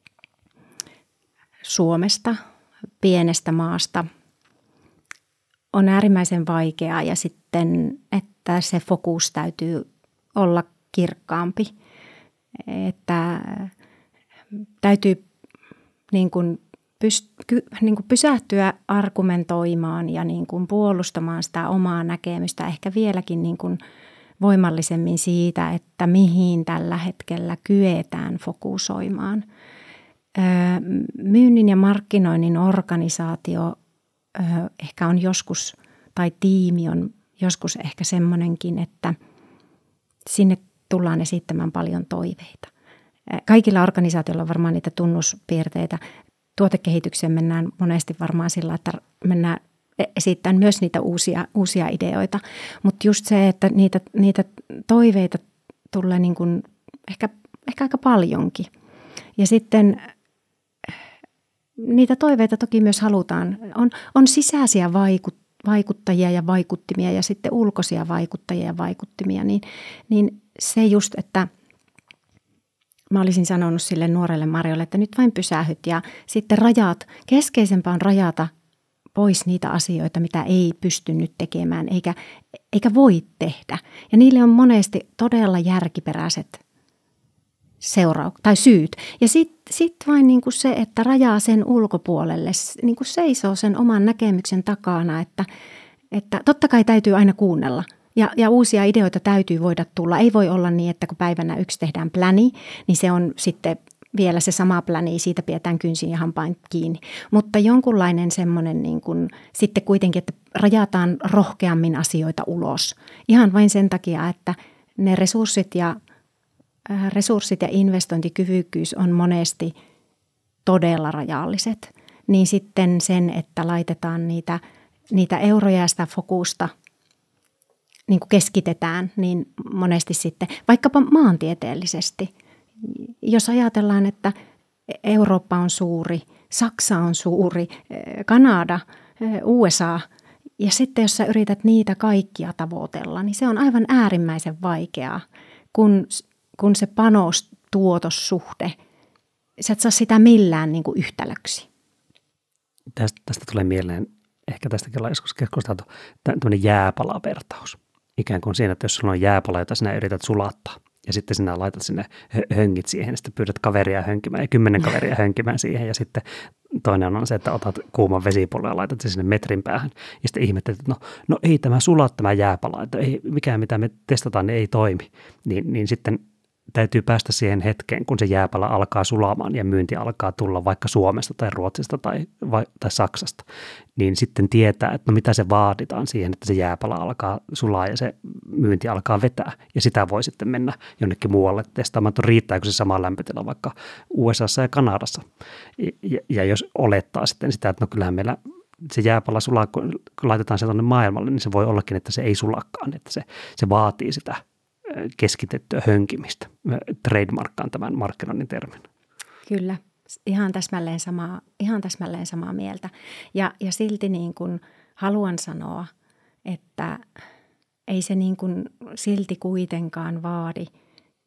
[SPEAKER 2] Suomesta, pienestä maasta, on äärimmäisen vaikeaa ja sitten, että se fokus täytyy olla kirkkaampi, että täytyy niin kuin pyst- niin kuin pysähtyä argumentoimaan ja niin kuin puolustamaan sitä omaa näkemystä ehkä vieläkin niin kuin voimallisemmin siitä, että mihin tällä hetkellä kyetään fokusoimaan. Myynnin ja markkinoinnin organisaatio ehkä on joskus, tai tiimi on joskus ehkä semmoinenkin, että sinne tullaan esittämään paljon toiveita. Kaikilla organisaatioilla on varmaan niitä tunnuspiirteitä. Tuotekehitykseen mennään monesti varmaan sillä, että mennään esittämään myös niitä uusia, uusia ideoita. Mutta just se, että niitä, niitä toiveita tulee niin kuin ehkä, ehkä aika paljonkin. Ja sitten niitä toiveita toki myös halutaan. On, on sisäisiä vaikut, vaikuttajia ja vaikuttimia ja sitten ulkoisia vaikuttajia ja vaikuttimia. Niin, niin se just, että mä olisin sanonut sille nuorelle Marjolle, että nyt vain pysähyt ja sitten rajat, keskeisempää on rajata pois niitä asioita, mitä ei pysty nyt tekemään eikä, eikä voi tehdä. Ja niille on monesti todella järkiperäiset seuraukset tai syyt. Ja sitten sit vain niin kuin se, että rajaa sen ulkopuolelle, niin kuin seisoo sen oman näkemyksen takana, että, että totta kai täytyy aina kuunnella. Ja, ja uusia ideoita täytyy voida tulla. Ei voi olla niin, että kun päivänä yksi tehdään pläni, niin se on sitten vielä se sama pläni, siitä pidetään kynsin ja hampain kiinni. Mutta jonkunlainen semmoinen niin kuin, sitten kuitenkin, että rajataan rohkeammin asioita ulos. Ihan vain sen takia, että ne resurssit ja, äh, resurssit ja investointikyvykkyys on monesti todella rajalliset. Niin sitten sen, että laitetaan niitä, niitä euroja ja sitä fokusta niin kuin keskitetään, niin monesti sitten vaikkapa maantieteellisesti. Jos ajatellaan, että Eurooppa on suuri, Saksa on suuri, Kanada, U S A, ja sitten jos sä yrität niitä kaikkia tavoitella, niin se on aivan äärimmäisen vaikeaa, kun, kun se panos-tuotossuhde, sä et saa sitä millään niin kuin yhtälöksi.
[SPEAKER 1] Tästä, tästä tulee mieleen, ehkä tästäkin ollaan joskus keskusteltu, tämmöinen jääpalavertaus. Ikään kuin siinä, että jos sulla on jääpala, jota sinä yrität sulattaa, ja sitten sinä laitat sinne höngit siihen, ja sitten pyydät kaveria hönkimään, ja kymmenen kaveria hönkimään siihen, ja sitten toinen on se, että otat kuuman vesipullon ja laitat sen sinne metrin päähän, ja sitten ihmettelet, että no, no ei tämä sulaa tämä jääpala, että ei, mikään mitä me testataan, niin ei toimi, niin, niin sitten täytyy päästä siihen hetkeen, kun se jääpala alkaa sulamaan ja myynti alkaa tulla vaikka Suomesta tai Ruotsista tai, vai, tai Saksasta, niin sitten tietää, että no mitä se vaaditaan siihen, että se jääpala alkaa sulaa ja se myynti alkaa vetää. Ja sitä voi sitten mennä jonnekin muualle testaamaan, että riittääkö se sama lämpötila vaikka U S A:ssa ja Kanadassa. Ja, ja jos olettaa sitten sitä, että no kyllähän meillä se jääpala sulaa, kun laitetaan se tuonne maailmalle, niin se voi ollakin, että se ei sulakaan, että se, se vaatii sitä keskitettyä hönkimistä. Trademarkkaan tämän markkinoinnin termin.
[SPEAKER 2] Kyllä, ihan täsmälleen samaa, ihan täsmälleen samaa mieltä. Ja, ja silti niin kuin haluan sanoa, että ei se niin kuin silti kuitenkaan vaadi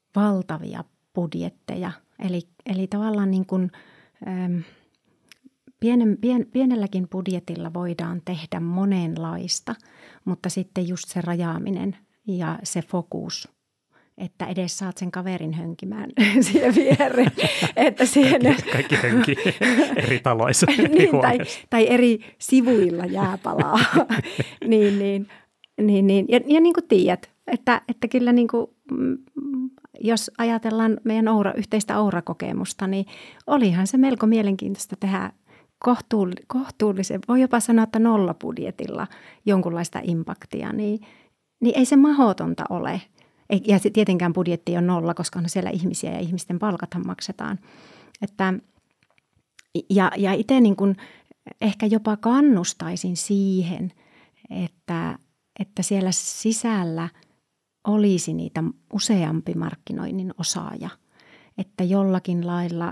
[SPEAKER 2] valtavia budjetteja. Eli, eli tavallaan niin kuin, ähm, pienen, pien, pienelläkin budjetilla voidaan tehdä monenlaista, mutta sitten just se rajaaminen ja se fokus, että edes saat sen kaverin hönkimään siihen viereen. Että siihen
[SPEAKER 1] kaikki, kaikki hönki eri taloissa.
[SPEAKER 2] niin, tai, tai eri sivuilla jääpalaa. niin, niin, niin, niin. Ja, ja niin kuin tiedät, että, että kyllä niin kuin, jos ajatellaan meidän aura, yhteistä aurakokemusta, niin olihan se melko mielenkiintoista tehdä kohtuullisen, voi jopa sanoa, että nollabudjetilla jonkunlaista impaktia, niin, niin ei se mahdotonta ole. Ja tietenkään budjetti on nolla, koska on siellä ihmisiä ja ihmisten palkathan maksetaan. Että, ja ja itse niin kuin ehkä jopa kannustaisin siihen, että, että siellä sisällä olisi niitä useampi markkinoinnin osaaja. Että jollakin lailla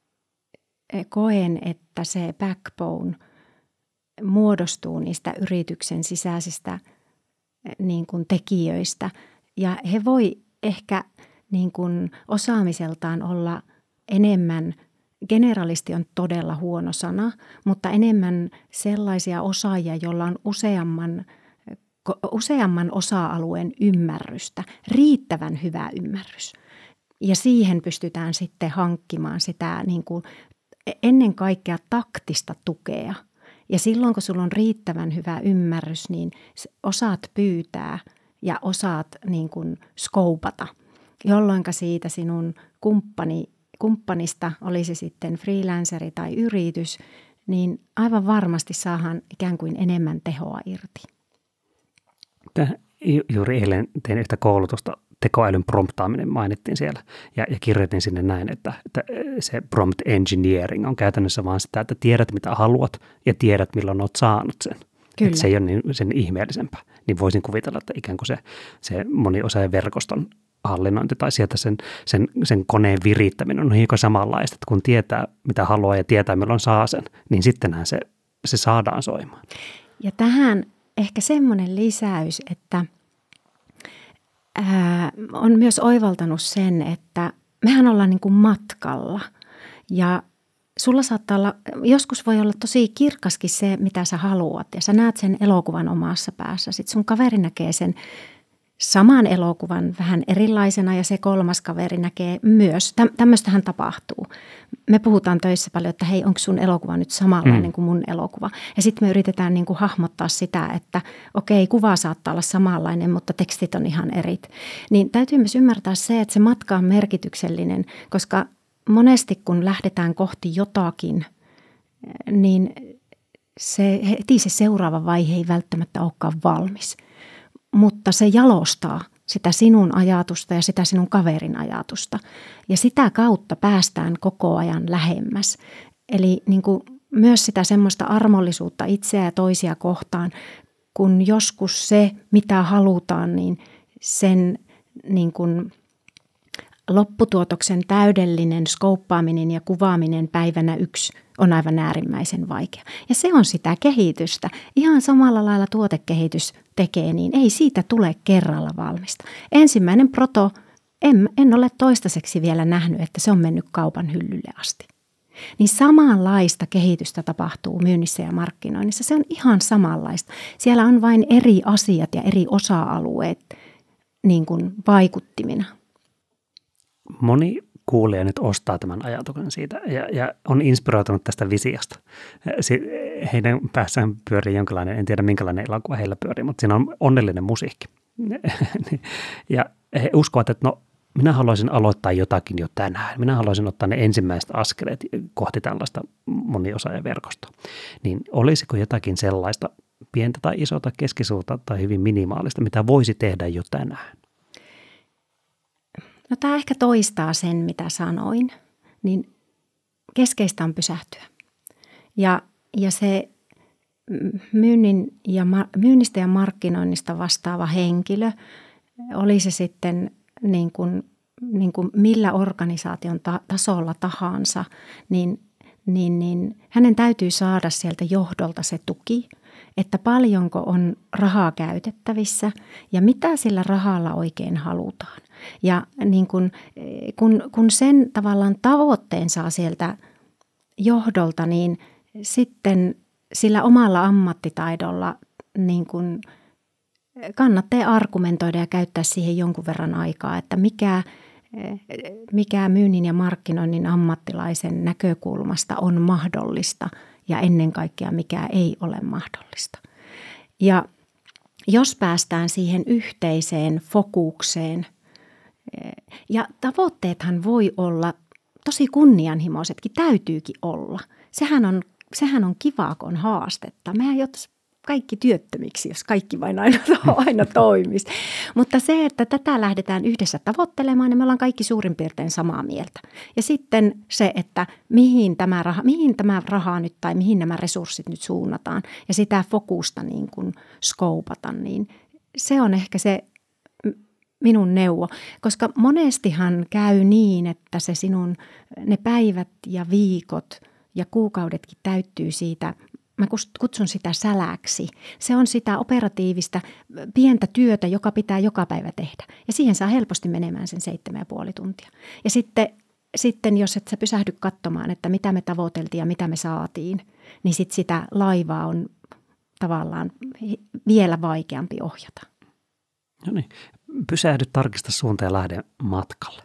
[SPEAKER 2] koen, että se backbone muodostuu niistä yrityksen sisäisistä niin kuin tekijöistä. Ja he voi ehkä niin kuin osaamiseltaan olla enemmän, generalisti on todella huono sana, mutta enemmän sellaisia osaajia, joilla on useamman, useamman osa-alueen ymmärrystä, riittävän hyvä ymmärrys. Ja siihen pystytään sitten hankkimaan sitä niin kuin ennen kaikkea taktista tukea. Ja silloin, kun sulla on riittävän hyvä ymmärrys, niin osaat pyytää ja osaat niin kuin skoupata, jolloin siitä sinun kumppani, kumppanista, oli se sitten freelanceri tai yritys, niin aivan varmasti saadaan ikään kuin enemmän tehoa irti.
[SPEAKER 1] Tähän juuri eilen tein yhtä koulutusta, tekoälyn promptaaminen mainittiin siellä ja, ja kirjoitin sinne näin, että, että se prompt engineering on käytännössä vaan sitä, että tiedät mitä haluat ja tiedät milloin olet saanut sen.
[SPEAKER 2] Kyllä.
[SPEAKER 1] Että se ei ole niin, sen ihmeellisempää. Niin voisin kuvitella, että ikään kuin se, se moniosaajan verkoston hallinnointi tai sieltä sen, sen, sen koneen virittäminen on hiukan samanlaista, että kun tietää mitä haluaa ja tietää milloin saa sen, niin sittenhän se, se saadaan soimaan.
[SPEAKER 2] Ja tähän ehkä semmoinen lisäys, että ää, on myös oivaltanut sen, että mehän ollaan niin kuin matkalla ja sulla saattaa olla, joskus voi olla tosi kirkaskin se, mitä sä haluat ja sä näet sen elokuvan omassa päässä. Sitten sun kaveri näkee sen saman elokuvan vähän erilaisena ja se kolmas kaveri näkee myös. Tä, tämmöistähän tapahtuu. Me puhutaan töissä paljon, että hei, onko sun elokuva nyt samanlainen mm. kuin mun elokuva? Ja sitten me yritetään niin kuin hahmottaa sitä, että okei, kuva saattaa olla samanlainen, mutta tekstit on ihan erit. Niin täytyy myös ymmärtää se, että se matka on merkityksellinen, koska monesti kun lähdetään kohti jotakin, niin se, heti se seuraava vaihe ei välttämättä olekaan valmis. Mutta se jalostaa sitä sinun ajatusta ja sitä sinun kaverin ajatusta. Ja sitä kautta päästään koko ajan lähemmäs. Eli niin kuin myös sitä semmoista armollisuutta itseä ja toisia kohtaan, kun joskus se, mitä halutaan, niin sen niin kuin lopputuotoksen täydellinen skouppaaminen ja kuvaaminen päivänä yksi on aivan äärimmäisen vaikea. Ja se on sitä kehitystä. Ihan samalla lailla tuotekehitys tekee, niin ei siitä tule kerralla valmista. Ensimmäinen proto, en, en ole toistaiseksi vielä nähnyt, että se on mennyt kaupan hyllylle asti. Niin samanlaista kehitystä tapahtuu myynnissä ja markkinoinnissa. Se on ihan samanlaista. Siellä on vain eri asiat ja eri osa-alueet niin kuin vaikuttimina.
[SPEAKER 1] Moni kuulija nyt ostaa tämän ajatuksen siitä ja, ja on inspiroitunut tästä visiosta. Heidän päässään pyörii jonkinlainen, en tiedä minkälainen elokuva heillä pyörii, mutta siinä on onnellinen musiikki. Ja he uskovat, että no minä haluaisin aloittaa jotakin jo tänään. Minä haluaisin ottaa ne ensimmäiset askeleet kohti tällaista moniosaajaverkostoa. Niin olisiko jotakin sellaista pientä tai isoa tai keskisuurta tai hyvin minimaalista, mitä voisi tehdä jo tänään?
[SPEAKER 2] No tämä ehkä toistaa sen, mitä sanoin, niin keskeistä on pysähtyä. Ja, ja se myynnin ja, myynnistä ja markkinoinnista vastaava henkilö, oli se sitten niin kuin, niin kuin millä organisaation ta- tasolla tahansa, niin, niin, niin hänen täytyy saada sieltä johdolta se tuki, että paljonko on rahaa käytettävissä ja mitä sillä rahalla oikein halutaan. Ja niin kun, kun, kun sen tavallaan tavoitteen saa sieltä johdolta, niin sitten sillä omalla ammattitaidolla niin kuin kannattaa argumentoida ja käyttää siihen jonkun verran aikaa, että mikä, mikä myynnin ja markkinoinnin ammattilaisen näkökulmasta on mahdollista ja ennen kaikkea mikä ei ole mahdollista. Ja jos päästään siihen yhteiseen fokukseen, ja tavoitteethan voi olla tosi kunnianhimoisetkin, täytyykin olla. Sehän on, sehän on kivaa, kun on haastetta. Mehän jotain kaikki työttömiksi, jos kaikki vain aina, aina toimisi. Mutta se, että tätä lähdetään yhdessä tavoittelemaan, niin me ollaan kaikki suurin piirtein samaa mieltä. Ja sitten se, että mihin tämä raha, mihin tämä raha nyt tai mihin nämä resurssit nyt suunnataan ja sitä fokusta niin kuin skoupata, niin se on ehkä se minun neuvo. Koska monestihan käy niin, että se sinun ne päivät ja viikot ja kuukaudetkin täyttyy siitä. Mä kutsun sitä säläksi. Se on sitä operatiivista pientä työtä, joka pitää joka päivä tehdä. Ja siihen saa helposti menemään sen seitsemän ja puoli tuntia. Ja sitten, sitten jos et sä pysähdy katsomaan, että mitä me tavoiteltiin ja mitä me saatiin, niin sit sitä laivaa on tavallaan vielä vaikeampi ohjata.
[SPEAKER 1] No niin, pysähdy, tarkista suunta ja lähde matkalle.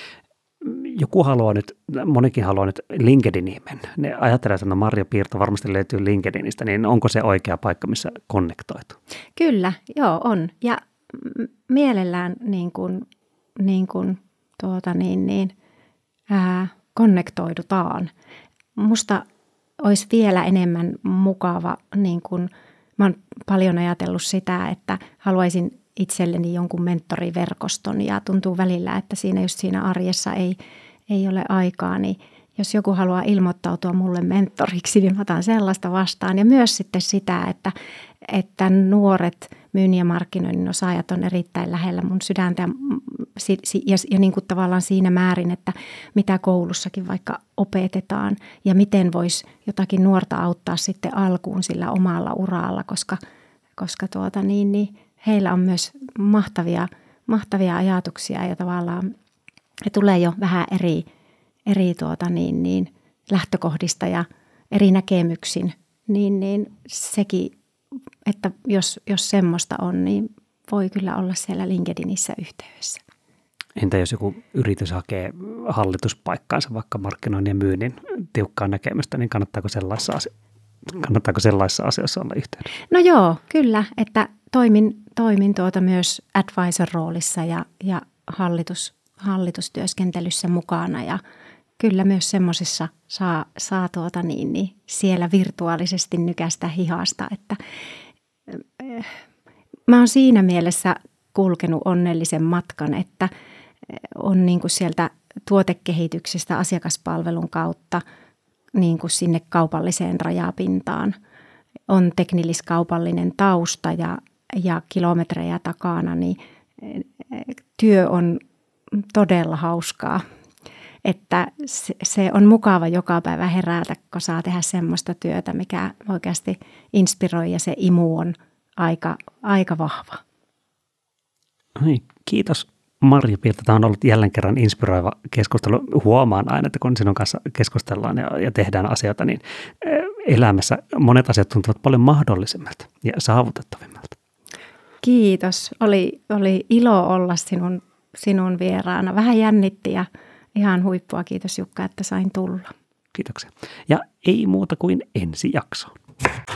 [SPEAKER 1] Joku haluaa nyt, monikin haluaa nyt LinkedIniin mennä. Ne ajattelee, että no Marja Piirto varmasti löytyy LinkedInistä, niin onko se oikea paikka, missä konnektoitu?
[SPEAKER 2] Kyllä, joo on. Ja mielellään niin kuin, niin kuin, tuota niin, niin, ää, konnektoidutaan. Musta olisi vielä enemmän mukava, niin kuin, mä oon paljon ajatellut sitä, että haluaisin itselleni jonkun mentoriverkoston ja tuntuu välillä, että siinä just siinä arjessa ei, ei ole aikaa, niin jos joku haluaa ilmoittautua mulle mentoriksi, niin mä otan sellaista vastaan. Ja myös sitten sitä, että, että nuoret myynnin ja markkinoinnin osaajat on erittäin lähellä mun sydäntä ja, ja, ja niin kuin tavallaan siinä määrin, että mitä koulussakin vaikka opetetaan ja miten voisi jotakin nuorta auttaa sitten alkuun sillä omalla uralla, koska, koska tuota niin, niin heillä on myös mahtavia, mahtavia ajatuksia ja tavallaan he tulee jo vähän eri, eri tuota niin, niin, lähtökohdista ja eri näkemyksin. Niin, niin sekin, että jos, jos semmoista on, niin voi kyllä olla siellä LinkedInissä yhteydessä.
[SPEAKER 1] Entä jos joku yritys hakee hallituspaikkaansa vaikka markkinoinnin ja myynnin tiukkaa näkemystä, niin kannattaako sellaisessa, asia- kannattaako sellaisessa asiassa olla yhteydessä?
[SPEAKER 2] No joo, kyllä, että toimin, toimin tuota myös advisor-roolissa ja, ja hallitus, hallitustyöskentelyssä mukana ja kyllä myös semmoisissa saa, saa tuota niin, niin siellä virtuaalisesti nykästä hihasta, että äh, mä oon siinä mielessä kulkenut onnellisen matkan, että on niin kuin sieltä tuotekehityksestä asiakaspalvelun kautta niin kuin sinne kaupalliseen rajapintaan. On teknilliskaupallinen tausta ja, ja kilometrejä takana, niin työ on todella hauskaa. Että se, se on mukava joka päivä herätä, kun saa tehdä semmoista työtä, mikä oikeasti inspiroi ja se imu on aika, aika vahva.
[SPEAKER 1] Hei, kiitos Marja Piirto. Tämä on ollut jälleen kerran inspiroiva keskustelu. Huomaan aina, että kun sinun kanssa keskustellaan ja, ja tehdään asioita, niin elämässä monet asiat tuntuvat paljon mahdollisemmilta ja saavutettavimmilta.
[SPEAKER 2] Kiitos. Oli, oli ilo olla sinun, sinun vieraana. Vähän jännitti ja ihan huippua. Kiitos Jukka, että sain tulla.
[SPEAKER 1] Kiitoksia. Ja ei muuta kuin ensi jaksoon.